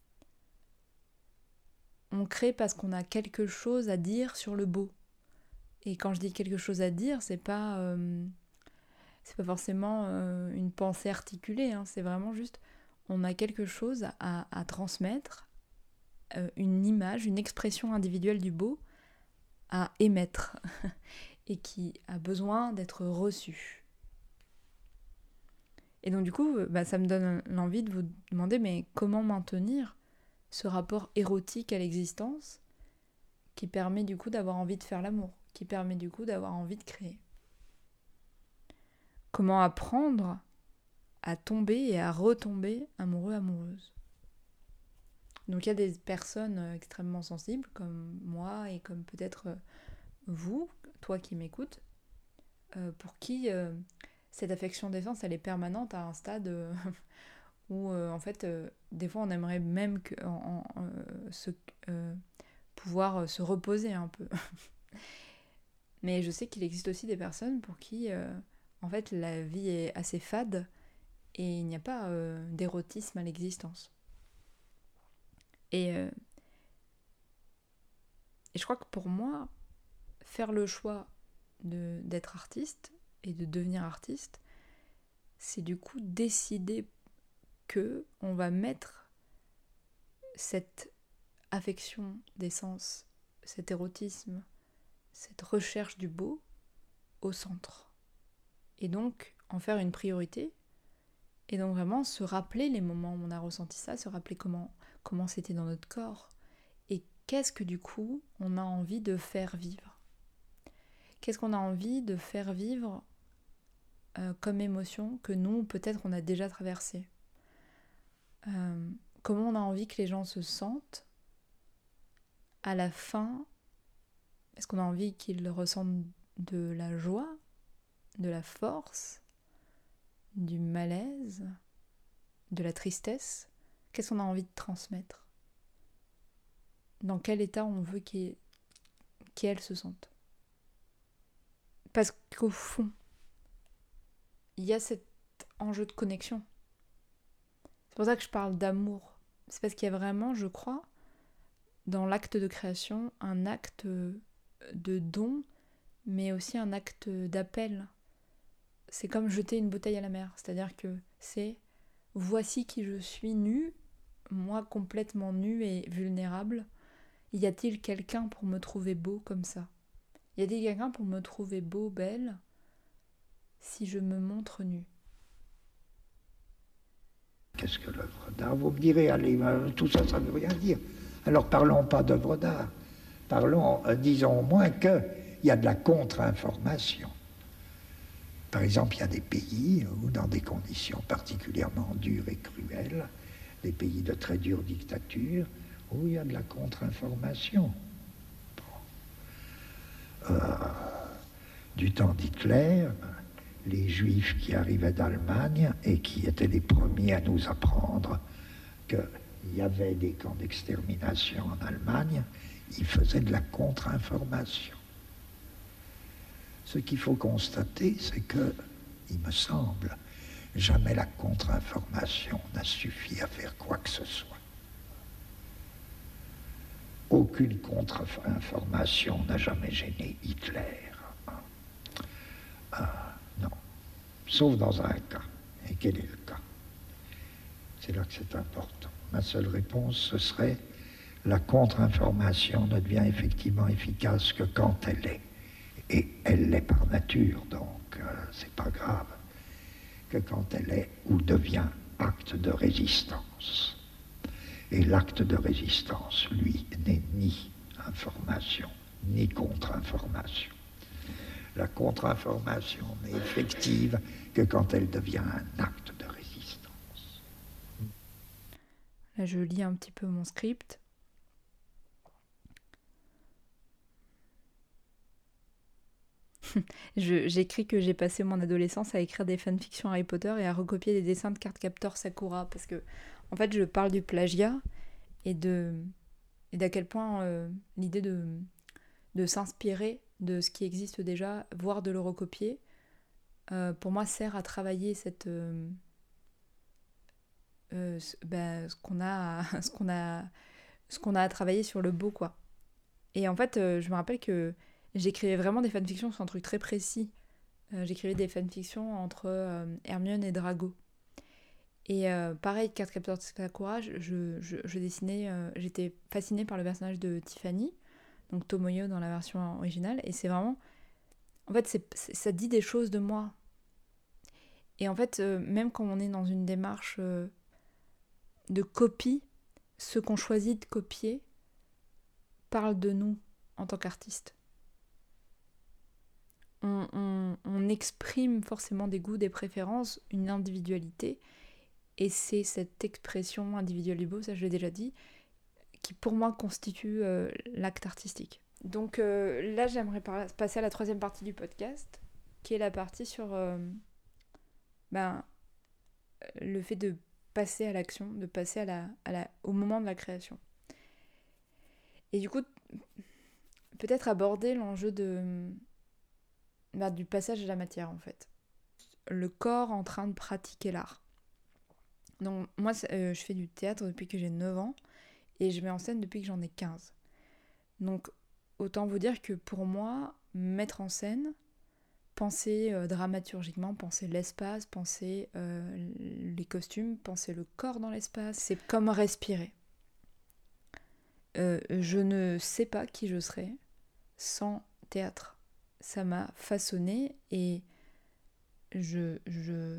on crée parce qu'on a quelque chose à dire sur le beau. Et quand je dis quelque chose à dire, c'est pas, euh, c'est pas forcément euh, une pensée articulée, hein, c'est vraiment juste, on a quelque chose à, à transmettre, euh, une image, une expression individuelle du beau à émettre. Et qui a besoin d'être reçu. Et donc du coup, bah, ça me donne l'envie de vous demander, mais comment maintenir ce rapport érotique à l'existence qui permet du coup d'avoir envie de faire l'amour, qui permet du coup d'avoir envie de créer. Comment apprendre à tomber et à retomber amoureux, amoureuse. Donc il y a des personnes extrêmement sensibles comme moi et comme peut-être vous, toi qui m'écoutes, euh, pour qui euh, cette affection d'essence, elle est permanente à un stade euh, où, euh, en fait, euh, des fois, on aimerait même que, en, en, euh, se, euh, pouvoir se reposer un peu. Mais je sais qu'il existe aussi des personnes pour qui, euh, en fait, la vie est assez fade et il n'y a pas euh, d'érotisme à l'existence. Et, euh, et je crois que pour moi, faire le choix de, d'être artiste et de devenir artiste, c'est du coup décider que on va mettre cette affection d'essence, cet érotisme, cette recherche du beau au centre. Et donc en faire une priorité, et donc vraiment se rappeler les moments où on a ressenti ça, se rappeler comment, comment c'était dans notre corps, et qu'est-ce que du coup on a envie de faire vivre. Qu'est-ce qu'on a envie de faire vivre euh, comme émotion que nous, peut-être, on a déjà traversé. Euh, comment on a envie que les gens se sentent à la fin. Est-ce qu'on a envie qu'ils ressentent de la joie, de la force, du malaise, de la tristesse ? Qu'est-ce qu'on a envie de transmettre ? Dans quel état on veut qu'ils, qu'elles se sentent ? Parce qu'au fond, il y a cet enjeu de connexion. C'est pour ça que je parle d'amour. C'est parce qu'il y a vraiment, je crois, dans l'acte de création, un acte de don, mais aussi un acte d'appel. C'est comme jeter une bouteille à la mer. C'est-à-dire que c'est « voici qui je suis nue, moi complètement nue et vulnérable. Y a-t-il quelqu'un pour me trouver beau comme ça ? Y a-t-il quelqu'un pour me trouver beau, belle, si je me montre nue ?» Qu'est-ce que l'œuvre d'art ? Vous me direz, allez, tout ça, ça ne veut rien dire. Alors parlons pas d'œuvre d'art. Parlons, euh, disons au moins qu'il y a de la contre-information. Par exemple, il y a des pays où, dans des conditions particulièrement dures et cruelles, des pays de très dure dictature, où il y a de la contre-information. Euh, du temps d'Hitler, les Juifs qui arrivaient d'Allemagne et qui étaient les premiers à nous apprendre qu'il y avait des camps d'extermination en Allemagne, ils faisaient de la contre-information. Ce qu'il faut constater, c'est que, il me semble, jamais la contre-information n'a suffi à faire quoi que ce soit. Aucune contre-information n'a jamais gêné Hitler. Ah, non. Sauf dans un cas. Et quel est le cas ? C'est là que c'est important. Ma seule réponse, ce serait la contre-information ne devient effectivement efficace que quand elle est et elle l'est par nature, donc euh, c'est pas grave, que quand elle est ou devient acte de résistance. Et l'acte de résistance, lui, n'est ni information, ni contre-information. La contre-information n'est effective que quand elle devient un acte de résistance. Là, je lis un petit peu mon script. je, j'écris que j'ai passé mon adolescence à écrire des fanfictions Harry Potter et à recopier des dessins de Cardcaptor Sakura, parce que, en fait, je parle du plagiat et de et d'à quel point euh, l'idée de, de s'inspirer de ce qui existe déjà, voire de le recopier, euh, pour moi sert à travailler cette euh, euh, ce, ben, ce qu'on a à, ce qu'on a ce qu'on a à travailler sur le beau, quoi. Et en fait, euh, je me rappelle que j'écrivais vraiment des fanfictions sur un truc très précis. Euh, j'écrivais des fanfictions entre euh, Hermione et Drago. Et euh, pareil, Cardcaptor Sakura, je, je, je, je dessinais, euh, j'étais fascinée par le personnage de Tiffany, donc Tomoyo dans la version originale, et c'est vraiment, en fait, c'est, c'est, ça dit des choses de moi. Et en fait, euh, même quand on est dans une démarche euh, de copie, ce qu'on choisit de copier parle de nous en tant qu'artiste. On, on, on exprime forcément des goûts, des préférences, une individualité, et c'est cette expression individuelle du beau, ça je l'ai déjà dit, qui pour moi constitue euh, l'acte artistique. Donc euh, là j'aimerais par- passer à la troisième partie du podcast, qui est la partie sur euh, ben, le fait de passer à l'action, de passer à la, à la, au moment de la création. Et du coup, peut-être aborder l'enjeu de, ben, du passage à la matière en fait. Le corps en train de pratiquer l'art. Donc moi euh, je fais du théâtre depuis que j'ai neuf ans et je mets en scène depuis que j'en ai quinze. Donc autant vous dire que pour moi, mettre en scène, penser euh, dramaturgiquement, penser l'espace, penser euh, les costumes, penser le corps dans l'espace, c'est comme respirer. Euh, je ne sais pas qui je serais sans théâtre. Ça m'a façonnée et je, je...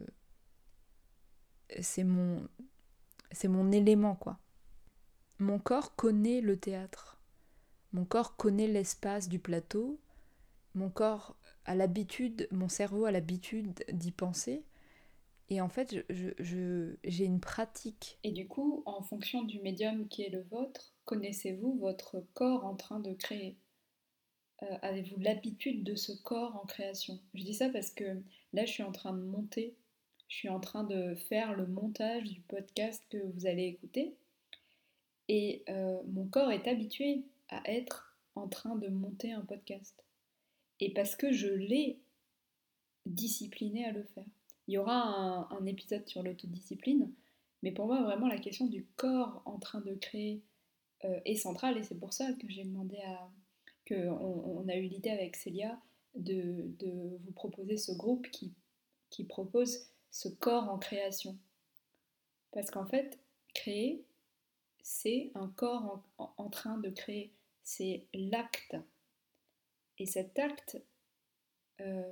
c'est mon... c'est mon élément, quoi. Mon corps connaît le théâtre. Mon corps connaît l'espace du plateau. Mon corps a l'habitude, mon cerveau a l'habitude d'y penser. Et en fait, je, je, je, j'ai une pratique. Et du coup, en fonction du médium qui est le vôtre, connaissez-vous votre corps en train de créer ? euh, Avez-vous l'habitude de ce corps en création ? Je dis ça parce que là, je suis en train de monter, je suis en train de faire le montage du podcast que vous allez écouter. Et euh, mon corps est habitué à être en train de monter un podcast. Et parce que je l'ai discipliné à le faire. Il y aura un, un épisode sur l'autodiscipline, mais pour moi, vraiment, la question du corps en train de créer euh, est centrale, et c'est pour ça que j'ai demandé à... qu'on on a eu l'idée avec Célia de, de vous proposer ce groupe qui, qui propose ce corps en création. Parce qu'en fait, créer, c'est un corps en, en, en train de créer, c'est l'acte. Et cet acte euh,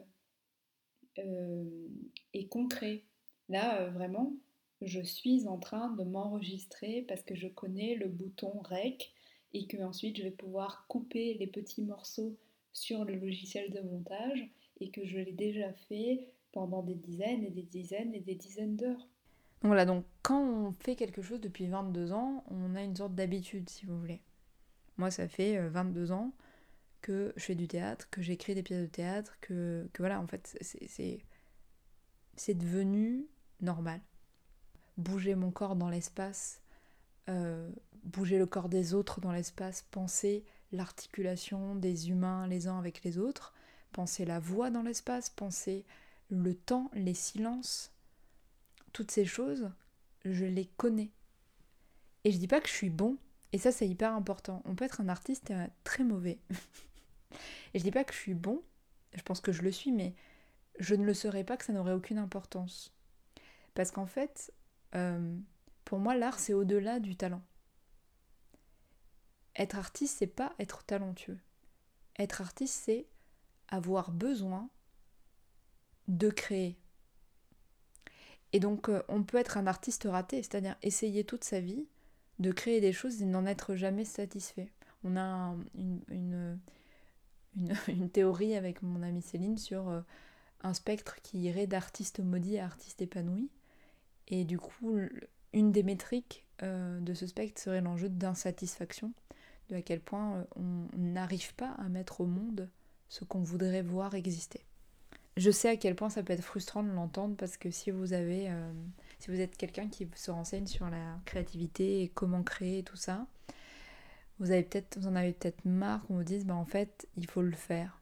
euh, est concret. Là, euh, vraiment, je suis en train de m'enregistrer parce que je connais le bouton rec et que ensuite je vais pouvoir couper les petits morceaux sur le logiciel de montage et que je l'ai déjà fait pendant des dizaines et des dizaines et des dizaines d'heures. Voilà, donc quand on fait quelque chose depuis vingt-deux ans, on a une sorte d'habitude, si vous voulez. Moi, ça fait vingt-deux ans que je fais du théâtre, que j'écris des pièces de théâtre, que, que voilà, en fait, c'est, c'est, c'est devenu normal. Bouger mon corps dans l'espace, euh, bouger le corps des autres dans l'espace, penser l'articulation des humains les uns avec les autres, penser la voix dans l'espace, penser le temps, les silences, toutes ces choses, je les connais. Et je dis pas que je suis bon, et ça c'est hyper important. On peut être un artiste et très mauvais. Et je dis pas que je suis bon, je pense que je le suis, mais je ne le serais pas, que ça n'aurait aucune importance. Parce qu'en fait, euh, pour moi, l'art, c'est au-delà du talent. Être artiste, c'est pas être talentueux. Être artiste, c'est avoir besoin de créer. Et donc euh, on peut être un artiste raté, c'est-à-dire essayer toute sa vie de créer des choses et n'en être jamais satisfait. On a un, une, une, une, une théorie avec mon amie Céline sur euh, un spectre qui irait d'artiste maudit à artiste épanoui. Et du coup, une des métriques euh, de ce spectre serait l'enjeu d'insatisfaction, de à quel point euh, on n'arrive pas à mettre au monde ce qu'on voudrait voir exister. Je sais à quel point ça peut être frustrant de l'entendre parce que si vous avez, euh, si vous êtes quelqu'un qui se renseigne sur la créativité et comment créer et tout ça, vous avez peut-être, vous en avez peut-être marre qu'on vous dise, bah en fait, il faut le faire.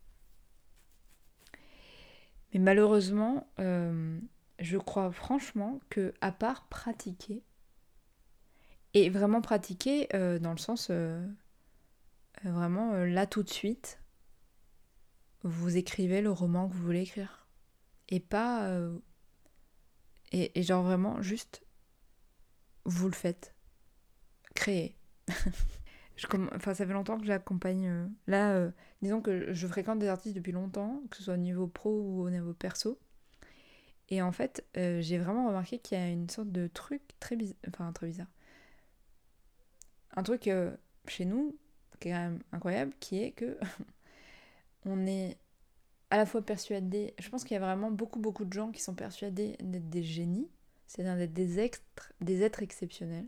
Mais malheureusement, euh, je crois franchement que à part pratiquer, et vraiment pratiquer euh, dans le sens euh, euh, vraiment euh, là tout de suite, vous écrivez le roman que vous voulez écrire. Et pas... Euh, et, et genre vraiment juste, vous le faites. Créez. je comm... Enfin, ça fait longtemps que j'accompagne... Euh, là, euh, disons que je fréquente des artistes depuis longtemps, que ce soit au niveau pro ou au niveau perso. Et en fait, euh, j'ai vraiment remarqué qu'il y a une sorte de truc très bizarre. Enfin, très bizarre. Un truc euh, chez nous, qui est quand même incroyable, qui est que on est à la fois persuadés... Je pense qu'il y a vraiment beaucoup, beaucoup de gens qui sont persuadés d'être des génies, c'est-à-dire d'être des, extra, des êtres exceptionnels.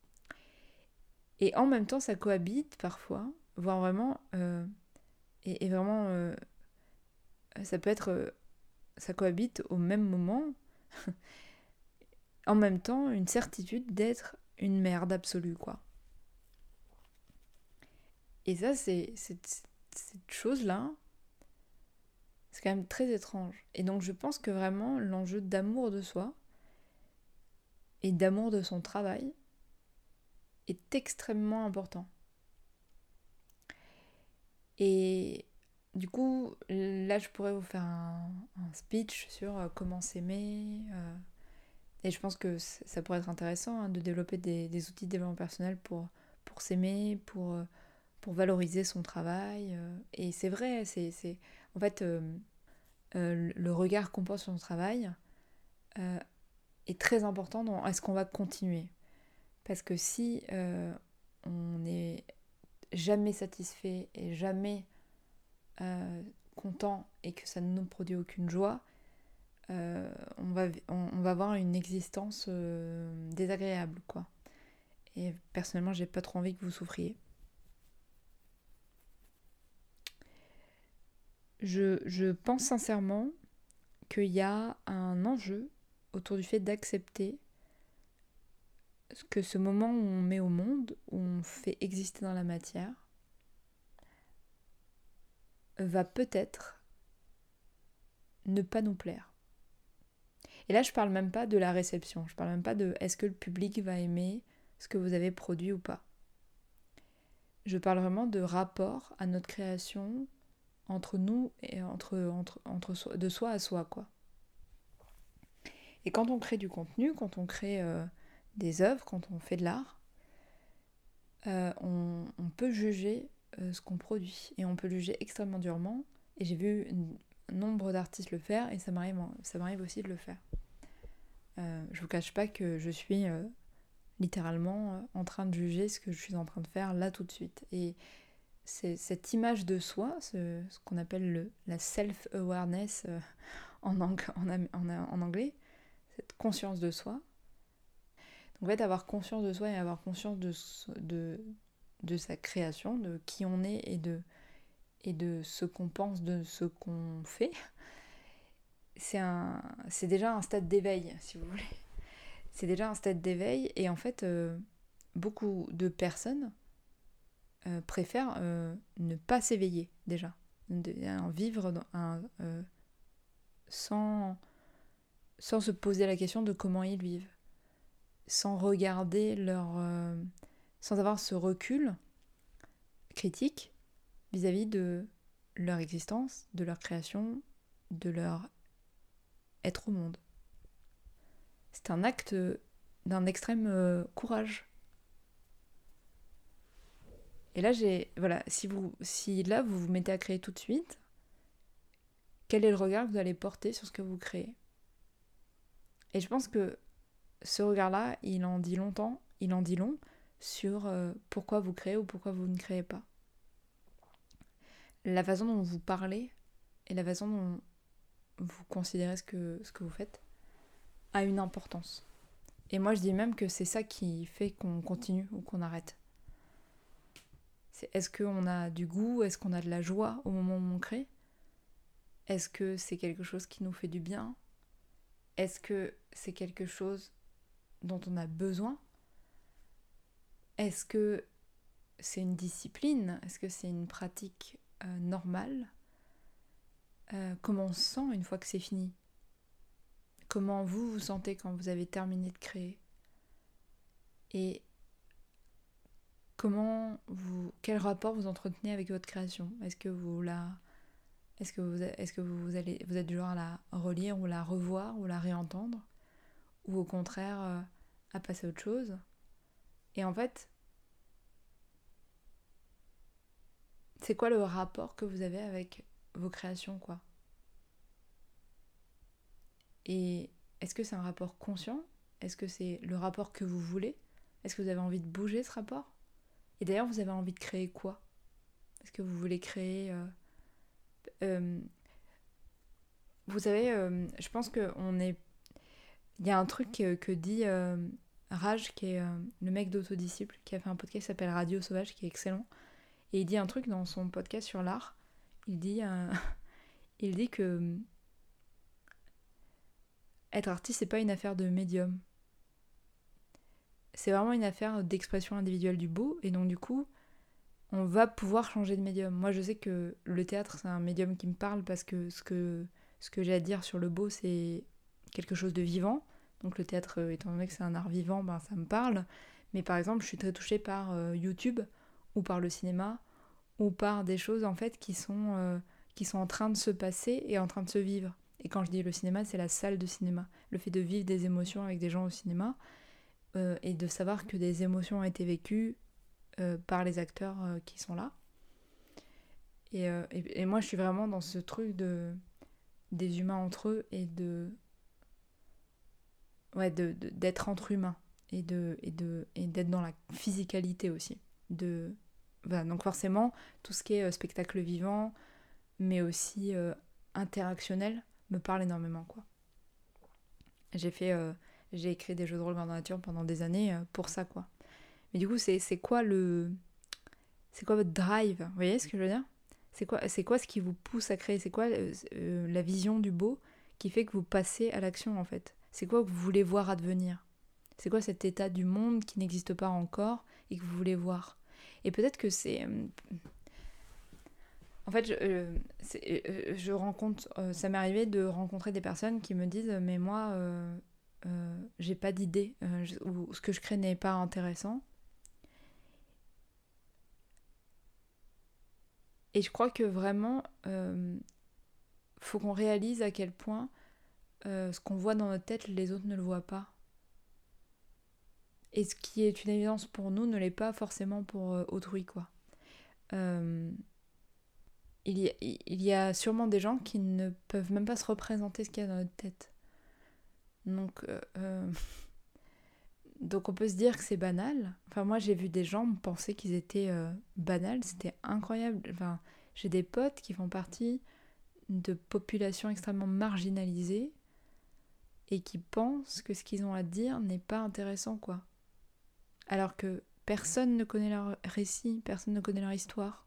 Et en même temps, ça cohabite parfois, voire vraiment... Euh, et, et vraiment... Euh, ça peut être... Euh, ça cohabite au même moment... en même temps, une certitude d'être une merde absolue, quoi. Et ça, c'est, c'est, c'est cette chose-là, c'est quand même très étrange. Et donc, je pense que vraiment, l'enjeu d'amour de soi et d'amour de son travail est extrêmement important. Et du coup, là, je pourrais vous faire un, un speech sur euh, comment s'aimer... Euh, Et je pense que ça pourrait être intéressant hein, de développer des, des outils de développement personnel pour, pour s'aimer, pour, pour valoriser son travail. Euh, et c'est vrai, c'est, c'est en fait euh, euh, le regard qu'on porte sur son travail euh, est très important dans est-ce qu'on va continuer. Parce que si euh, on n'est jamais satisfait et jamais euh, content et que ça ne nous produit aucune joie, Euh, on, va, on, on va avoir une existence euh, désagréable, quoi. Et personnellement, j'ai pas trop envie que vous souffriez. Je, je pense sincèrement qu'il y a un enjeu autour du fait d'accepter que ce moment où on met au monde, où on fait exister dans la matière, va peut-être ne pas nous plaire. Et là, je parle même pas de la réception, je parle même pas de est-ce que le public va aimer ce que vous avez produit ou pas. Je parle vraiment de rapport à notre création entre nous et entre, entre, entre soi, de soi à soi, quoi. Et quand on crée du contenu, quand on crée euh, des œuvres, quand on fait de l'art, euh, on, on peut juger euh, ce qu'on produit et on peut le juger extrêmement durement. Et j'ai vu un nombre d'artistes le faire et ça m'arrive, ça m'arrive aussi de le faire. Euh, je vous cache pas que je suis euh, littéralement euh, en train de juger ce que je suis en train de faire là tout de suite. Et c'est cette image de soi, ce, ce qu'on appelle le, la self-awareness euh, en, ang- en, en, en anglais, cette conscience de soi. Donc en fait, avoir conscience de soi et avoir conscience de, de, de sa création, de qui on est et de, et de ce qu'on pense, de ce qu'on fait, c'est, un, c'est déjà un stade d'éveil, si vous voulez. C'est déjà un stade d'éveil et en fait, euh, beaucoup de personnes euh, préfèrent euh, ne pas s'éveiller déjà, de, de vivre dans un, euh, sans, sans se poser la question de comment ils vivent, sans regarder leur... Euh, sans avoir ce recul critique vis-à-vis de leur existence, de leur création, de leur être au monde. C'est un acte d'un extrême euh, courage. Et là, j'ai, voilà, si, vous, si là vous vous mettez à créer tout de suite, quel est le regard que vous allez porter sur ce que vous créez. Et je pense que ce regard-là, il en dit longtemps, il en dit long sur euh, pourquoi vous créez ou pourquoi vous ne créez pas. La façon dont vous parlez et la façon dont vous considérez ce que, ce que vous faites a une importance. Et moi je dis même que c'est ça qui fait qu'on continue ou qu'on arrête. C'est est-ce qu'on a du goût, est-ce qu'on a de la joie au moment où on crée ? Est-ce que c'est quelque chose qui nous fait du bien ? Est-ce que c'est quelque chose dont on a besoin ? Est-ce que c'est une discipline ? Est-ce que c'est une pratique euh, normale ? euh, Comment on se sent une fois que c'est fini ? Comment vous vous sentez quand vous avez terminé de créer ? Et comment vous, quel rapport vous entretenez avec votre création ? Est-ce que vous la, est-ce que vous, est-ce que vous allez, vous êtes du genre à la relire ou la revoir ou la réentendre, ou au contraire euh, à passer à autre chose ? Et en fait, c'est quoi le rapport que vous avez avec vos créations, quoi ? Et est-ce que c'est un rapport conscient ? Est-ce que c'est le rapport que vous voulez ? Est-ce que vous avez envie de bouger ce rapport ? Et d'ailleurs, vous avez envie de créer quoi ? Est-ce que vous voulez créer... Euh, euh, vous savez, euh, je pense qu'on est... Il y a un truc que, que dit euh, Raj, qui est euh, le mec d'Autodisciple, qui a fait un podcast qui s'appelle Radio Sauvage, qui est excellent. Et il dit un truc dans son podcast sur l'art. Il dit, euh, il dit que... Être artiste, c'est pas une affaire de médium. C'est vraiment une affaire d'expression individuelle du beau, et donc du coup, on va pouvoir changer de médium. Moi, je sais que le théâtre, c'est un médium qui me parle parce que ce que, ce que j'ai à dire sur le beau, c'est quelque chose de vivant. Donc le théâtre, étant donné que c'est un art vivant, ben, ça me parle. Mais par exemple, je suis très touchée par euh, YouTube, ou par le cinéma, ou par des choses en fait qui sont, euh, qui sont en train de se passer et en train de se vivre. Et quand je dis le cinéma, c'est la salle de cinéma. Le fait de vivre des émotions avec des gens au cinéma, euh, et de savoir que des émotions ont été vécues euh, par les acteurs euh, qui sont là. Et, euh, et, et moi, je suis vraiment dans ce truc de, des humains entre eux et de... Ouais, de, de, d'être entre humains. Et, de, et, de, et d'être dans la physicalité aussi. De, voilà, donc forcément, tout ce qui est euh, spectacle vivant, mais aussi euh, interactionnel, me parle énormément, quoi. J'ai fait, euh, j'ai écrit des jeux de rôle dans la nature pendant des années euh, pour ça, quoi. Mais du coup, c'est, c'est quoi le... C'est quoi votre drive ? Vous voyez ce que je veux dire ? C'est quoi, c'est quoi ce qui vous pousse à créer ? C'est quoi euh, euh, la vision du beau qui fait que vous passez à l'action, en fait ? C'est quoi que vous voulez voir advenir ? C'est quoi cet état du monde qui n'existe pas encore et que vous voulez voir ? Et peut-être que c'est... Euh, En fait, je, euh, c'est, euh, je rencontre, euh, ça m'est arrivé de rencontrer des personnes qui me disent « mais moi, euh, euh, j'ai pas d'idée, euh, je, ou ce que je crée n'est pas intéressant ». Et je crois que vraiment, euh, faut qu'on réalise à quel point euh, ce qu'on voit dans notre tête, les autres ne le voient pas. Et ce qui est une évidence pour nous ne l'est pas forcément pour euh, autrui, quoi. Euh, Il y, a, il y a sûrement des gens qui ne peuvent même pas se représenter ce qu'il y a dans notre tête. Donc, euh, euh, donc on peut se dire que c'est banal. Enfin, moi, j'ai vu des gens penser qu'ils étaient euh, banals. C'était incroyable. Enfin, j'ai des potes qui font partie de populations extrêmement marginalisées et qui pensent que ce qu'ils ont à dire n'est pas intéressant, quoi. Alors que personne ne connaît leur récit, personne ne connaît leur histoire.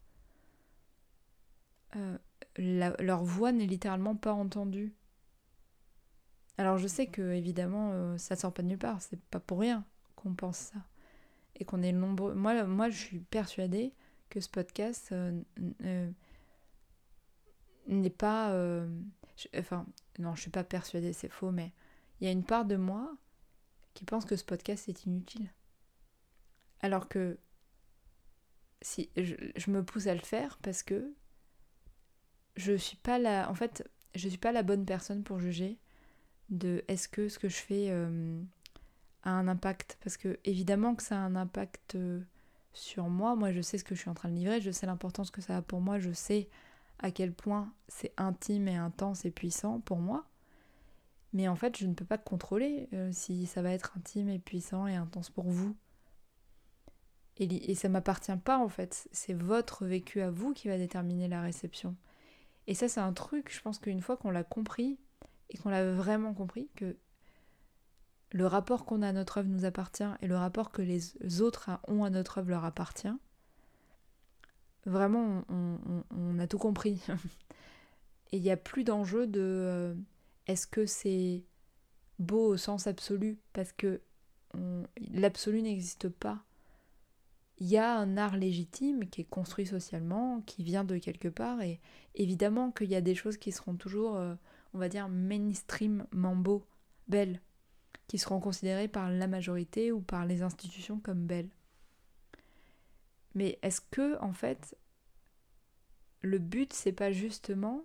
Euh, la, leur voix n'est littéralement pas entendue. Alors je sais que évidemment euh, ça sort pas de nulle part, c'est pas pour rien qu'on pense ça et qu'on est nombreux. Moi, moi je suis persuadée que ce podcast euh, euh, n'est pas, euh, je, enfin non je suis pas persuadée, c'est faux, mais il y a une part de moi qui pense que ce podcast est inutile. Alors que si je, je me pousse à le faire parce que je suis pas la, en fait, je suis pas la bonne personne pour juger de est-ce que ce que je fais euh, a un impact. Parce que évidemment que ça a un impact euh, sur moi. Moi, je sais ce que je suis en train de livrer, je sais l'importance que ça a pour moi, je sais à quel point c'est intime et intense et puissant pour moi. Mais en fait, je ne peux pas contrôler euh, si ça va être intime et puissant et intense pour vous. Et, et ça ne m'appartient pas en fait. C'est votre vécu à vous qui va déterminer la réception. Et ça, c'est un truc, je pense qu'une fois qu'on l'a compris, et qu'on l'a vraiment compris, que le rapport qu'on a à notre œuvre nous appartient et le rapport que les autres ont à notre œuvre leur appartient, vraiment, on, on, on a tout compris. Et il n'y a plus d'enjeu de euh, est-ce que c'est beau au sens absolu, parce que on, l'absolu n'existe pas. Il y a un art légitime qui est construit socialement, qui vient de quelque part, et évidemment qu'il y a des choses qui seront toujours, euh, on va dire, mainstreamment beaux, belles, qui seront considérées par la majorité ou par les institutions comme belles. Mais est-ce que, en fait, le but, c'est pas justement,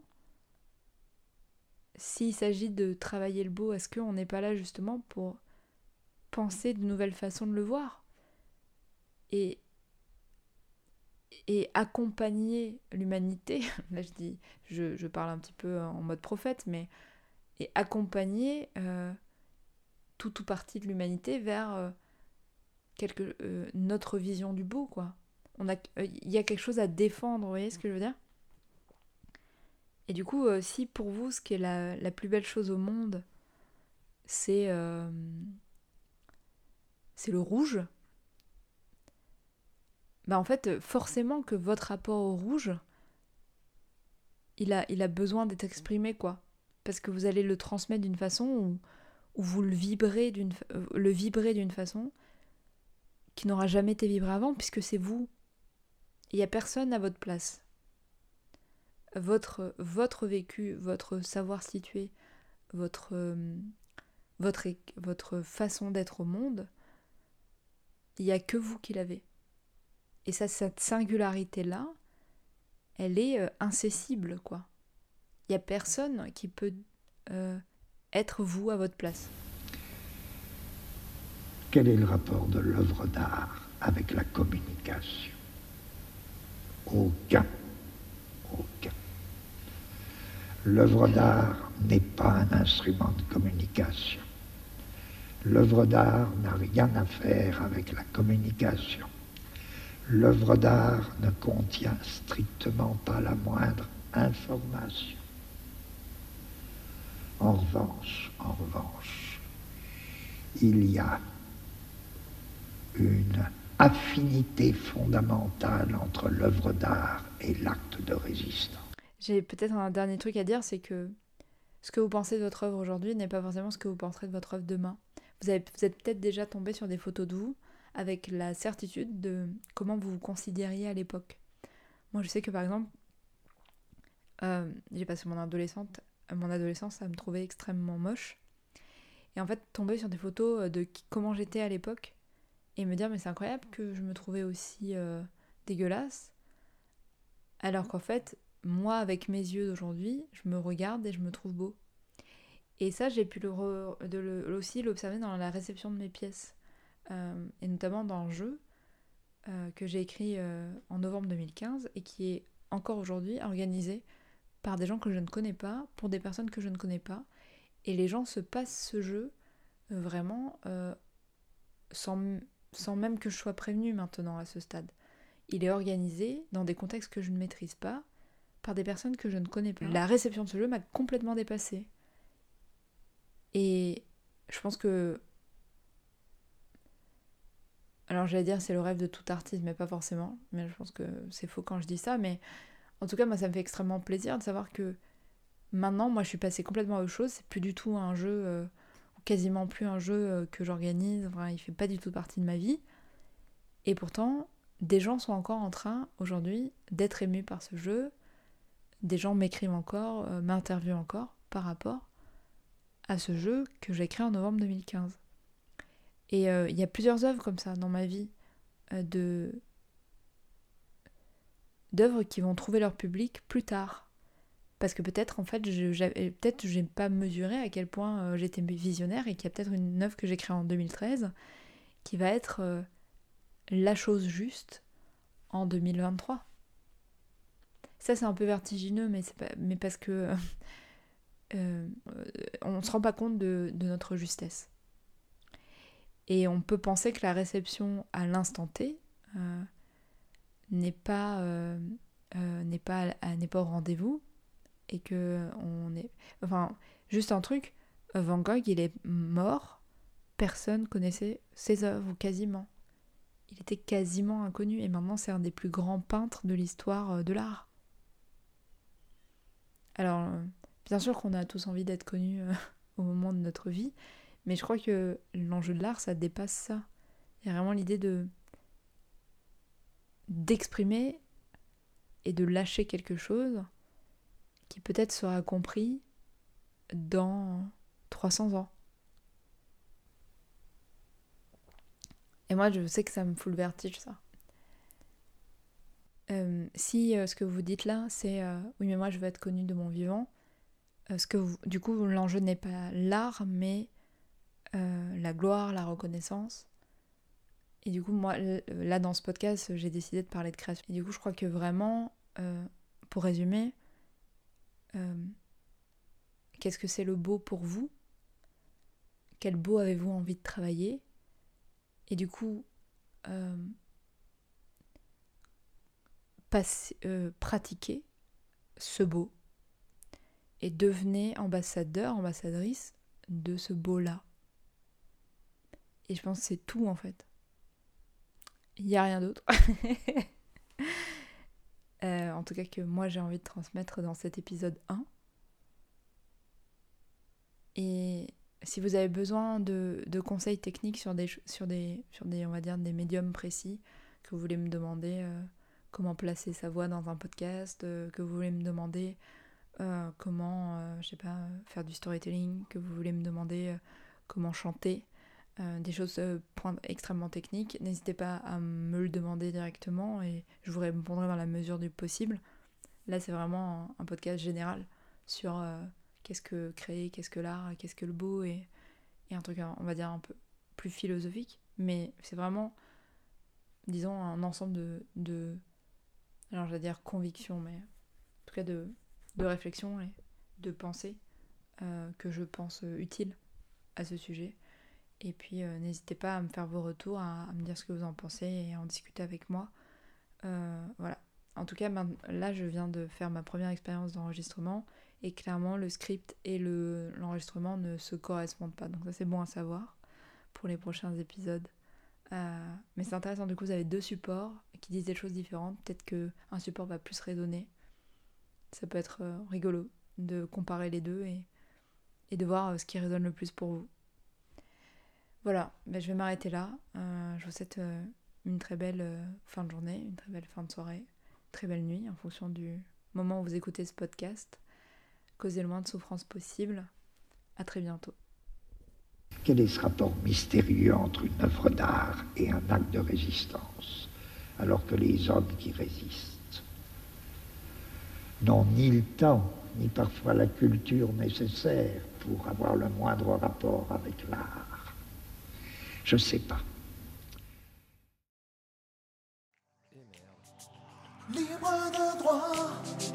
s'il s'agit de travailler le beau, est-ce qu'on n'est pas là justement pour penser de nouvelles façons de le voir et, et accompagner l'humanité, là je dis, je, je parle un petit peu en mode prophète, mais et accompagner euh, tout ou partie de l'humanité vers euh, quelque, euh, notre vision du beau, quoi. On a, il euh, y a quelque chose à défendre, vous voyez ce que je veux dire ? Et du coup, euh, si pour vous, ce qui est la, la plus belle chose au monde, c'est, euh, c'est le rouge, bah en fait, forcément que votre rapport au rouge, il a, il a besoin d'être exprimé, quoi. Parce que vous allez le transmettre d'une façon où, où vous le vibrez d'une, le vibrez d'une façon qui n'aura jamais été vibrée avant, puisque c'est vous. Il n'y a personne à votre place. Votre, votre vécu, votre savoir situé, votre, euh, votre, votre façon d'être au monde, il n'y a que vous qui l'avez. Et ça, cette singularité-là, elle est euh, incessible, quoi. Il n'y a personne qui peut euh, être vous à votre place. Quel est le rapport de l'œuvre d'art avec la communication ? Aucun. Aucun. L'œuvre d'art n'est pas un instrument de communication. L'œuvre d'art n'a rien à faire avec la communication. L'œuvre d'art ne contient strictement pas la moindre information. En revanche, en revanche, il y a une affinité fondamentale entre l'œuvre d'art et l'acte de résistance. J'ai peut-être un dernier truc à dire, c'est que ce que vous pensez de votre œuvre aujourd'hui n'est pas forcément ce que vous penserez de votre œuvre demain. Vous, avez, vous êtes peut-être déjà tombé sur des photos de vous avec la certitude de comment vous vous considériez à l'époque. Moi, je sais que par exemple, euh, j'ai passé mon adolescente, mon adolescence à me trouver extrêmement moche. Et en fait, tomber sur des photos de qui, comment j'étais à l'époque et me dire, mais c'est incroyable que je me trouvais aussi euh, dégueulasse. Alors qu'en fait, moi, avec mes yeux d'aujourd'hui, je me regarde et je me trouve beau. Et ça, j'ai pu le re, de le, aussi l'observer dans la réception de mes pièces. Euh, et notamment dans le jeu euh, que j'ai écrit euh, en novembre deux mille quinze et qui est encore aujourd'hui organisé par des gens que je ne connais pas, pour des personnes que je ne connais pas. Et les gens se passent ce jeu euh, vraiment euh, sans, sans même que je sois prévenue maintenant à ce stade. Il est organisé dans des contextes que je ne maîtrise pas, par des personnes que je ne connais pas. La réception de ce jeu m'a complètement dépassée. Et je pense que... Alors j'allais dire c'est le rêve de tout artiste, mais pas forcément. Mais je pense que c'est faux quand je dis ça. Mais en tout cas, moi ça me fait extrêmement plaisir de savoir que maintenant, moi je suis passée complètement à autre chose. C'est plus du tout un jeu, euh, quasiment plus un jeu euh, que j'organise. Enfin, il fait pas du tout partie de ma vie. Et pourtant, des gens sont encore en train aujourd'hui d'être émus par ce jeu. Des gens m'écrivent encore, euh, m'interviewent encore par rapport à ce jeu que j'ai créé en novembre deux mille quinze. Et il euh, y a plusieurs œuvres comme ça dans ma vie, euh, de... d'œuvres qui vont trouver leur public plus tard. Parce que peut-être, en fait, je j'avais... peut-être j'ai pas mesuré à quel point euh, j'étais visionnaire et qu'il y a peut-être une œuvre que j'ai créée en deux mille treize qui va être euh, la chose juste en deux mille vingt-trois. ça c'est un peu vertigineux, mais, c'est pas, mais parce que euh, on ne se rend pas compte de, de notre justesse. Et on peut penser que la réception à l'instant T euh, n'est pas, euh, euh, n'est pas, n'est pas au rendez-vous, et que on est... Enfin, juste un truc, Van Gogh, il est mort, personne connaissait ses œuvres, quasiment. Il était quasiment inconnu, et maintenant c'est un des plus grands peintres de l'histoire de l'art. Alors, bien sûr qu'on a tous envie d'être connus euh, au moment de notre vie, mais je crois que l'enjeu de l'art, ça dépasse ça. Il y a vraiment l'idée de d'exprimer et de lâcher quelque chose qui peut-être sera compris dans trois cents ans. Et moi, je sais que ça me fout le vertige, ça. Euh, si euh, ce que vous dites là, c'est euh, oui, mais moi, je veux être connue de mon vivant, euh, ce que vous, du coup, l'enjeu n'est pas l'art, mais euh, la gloire, la reconnaissance. Et du coup, moi, là, dans ce podcast, j'ai décidé de parler de création. Et du coup, je crois que vraiment, euh, pour résumer, euh, qu'est-ce que c'est le beau pour vous ? Quel beau avez-vous envie de travailler ? Et du coup, euh, passe, euh, pratiquez ce beau et devenez ambassadeur, ambassadrice de ce beau-là. Et je pense que c'est tout en fait. Il n'y a rien d'autre. euh, en tout cas que moi j'ai envie de transmettre dans cet épisode un. Et si vous avez besoin de, de conseils techniques sur des, sur, des, sur des, on va dire, des médiums précis, que vous voulez me demander euh, comment placer sa voix dans un podcast, euh, que vous voulez me demander euh, comment, euh, je sais pas, faire du storytelling, que vous voulez me demander euh, comment chanter, euh, des choses euh, point, extrêmement techniques, n'hésitez pas à me le demander directement et je vous répondrai dans la mesure du possible. Là, c'est vraiment un, un podcast général sur... Euh, qu'est-ce que créer, qu'est-ce que l'art, qu'est-ce que le beau, et, et un truc, on va dire, un peu plus philosophique. Mais c'est vraiment, disons, un ensemble de, de alors je vais dire conviction, mais en tout cas de, de réflexion et de pensée euh, que je pense utile à ce sujet. Et puis, euh, n'hésitez pas à me faire vos retours, à, à me dire ce que vous en pensez et à en discuter avec moi. Euh, voilà. En tout cas, ben, là, je viens de faire ma première expérience d'enregistrement. Et clairement, le script et le, l'enregistrement ne se correspondent pas. Donc ça, c'est bon à savoir pour les prochains épisodes. Euh, mais c'est intéressant, du coup, vous avez deux supports qui disent des choses différentes. Peut-être qu'un support va plus résonner. Ça peut être euh, rigolo de comparer les deux et, et de voir euh, ce qui résonne le plus pour vous. Voilà, ben, je vais m'arrêter là. Euh, je vous souhaite euh, une très belle euh, fin de journée, une très belle fin de soirée, une très belle nuit en fonction du moment où vous écoutez ce podcast. Causez le moins de souffrance possible. À très bientôt. Quel est ce rapport mystérieux entre une œuvre d'art et un acte de résistance, alors que les hommes qui résistent n'ont ni le temps, ni parfois la culture nécessaire pour avoir le moindre rapport avec l'art? Je ne sais pas. Libre de droit,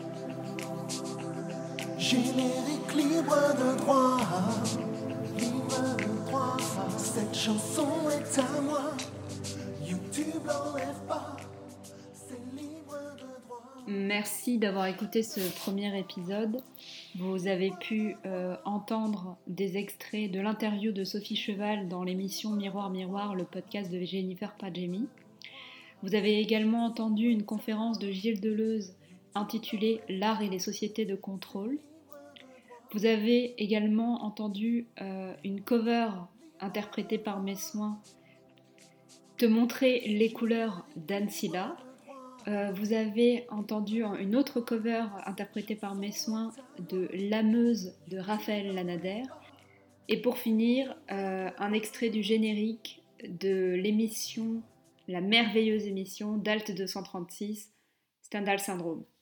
générique libre de droit, libre de droit, cette chanson est à moi, YouTube l'enlève pas, c'est libre de droit. Merci d'avoir écouté ce premier épisode. Vous avez pu euh, entendre des extraits de l'interview de Sophie Cheval dans l'émission Miroir Miroir, le podcast de Jennifer Padjemi. Vous avez également entendu une conférence de Gilles Deleuze intitulée « L'art et les sociétés de contrôle ». Vous avez également entendu euh, une cover interprétée par Mes Soins, « Te montrer les couleurs d'Anne Silla ». Euh, vous avez entendu une autre cover interprétée par Mes Soins de La Meuse de Raphaël Lanader. Et pour finir, euh, un extrait du générique de l'émission, la merveilleuse émission d'Alt deux cent trente-six, Stendhal Syndrome.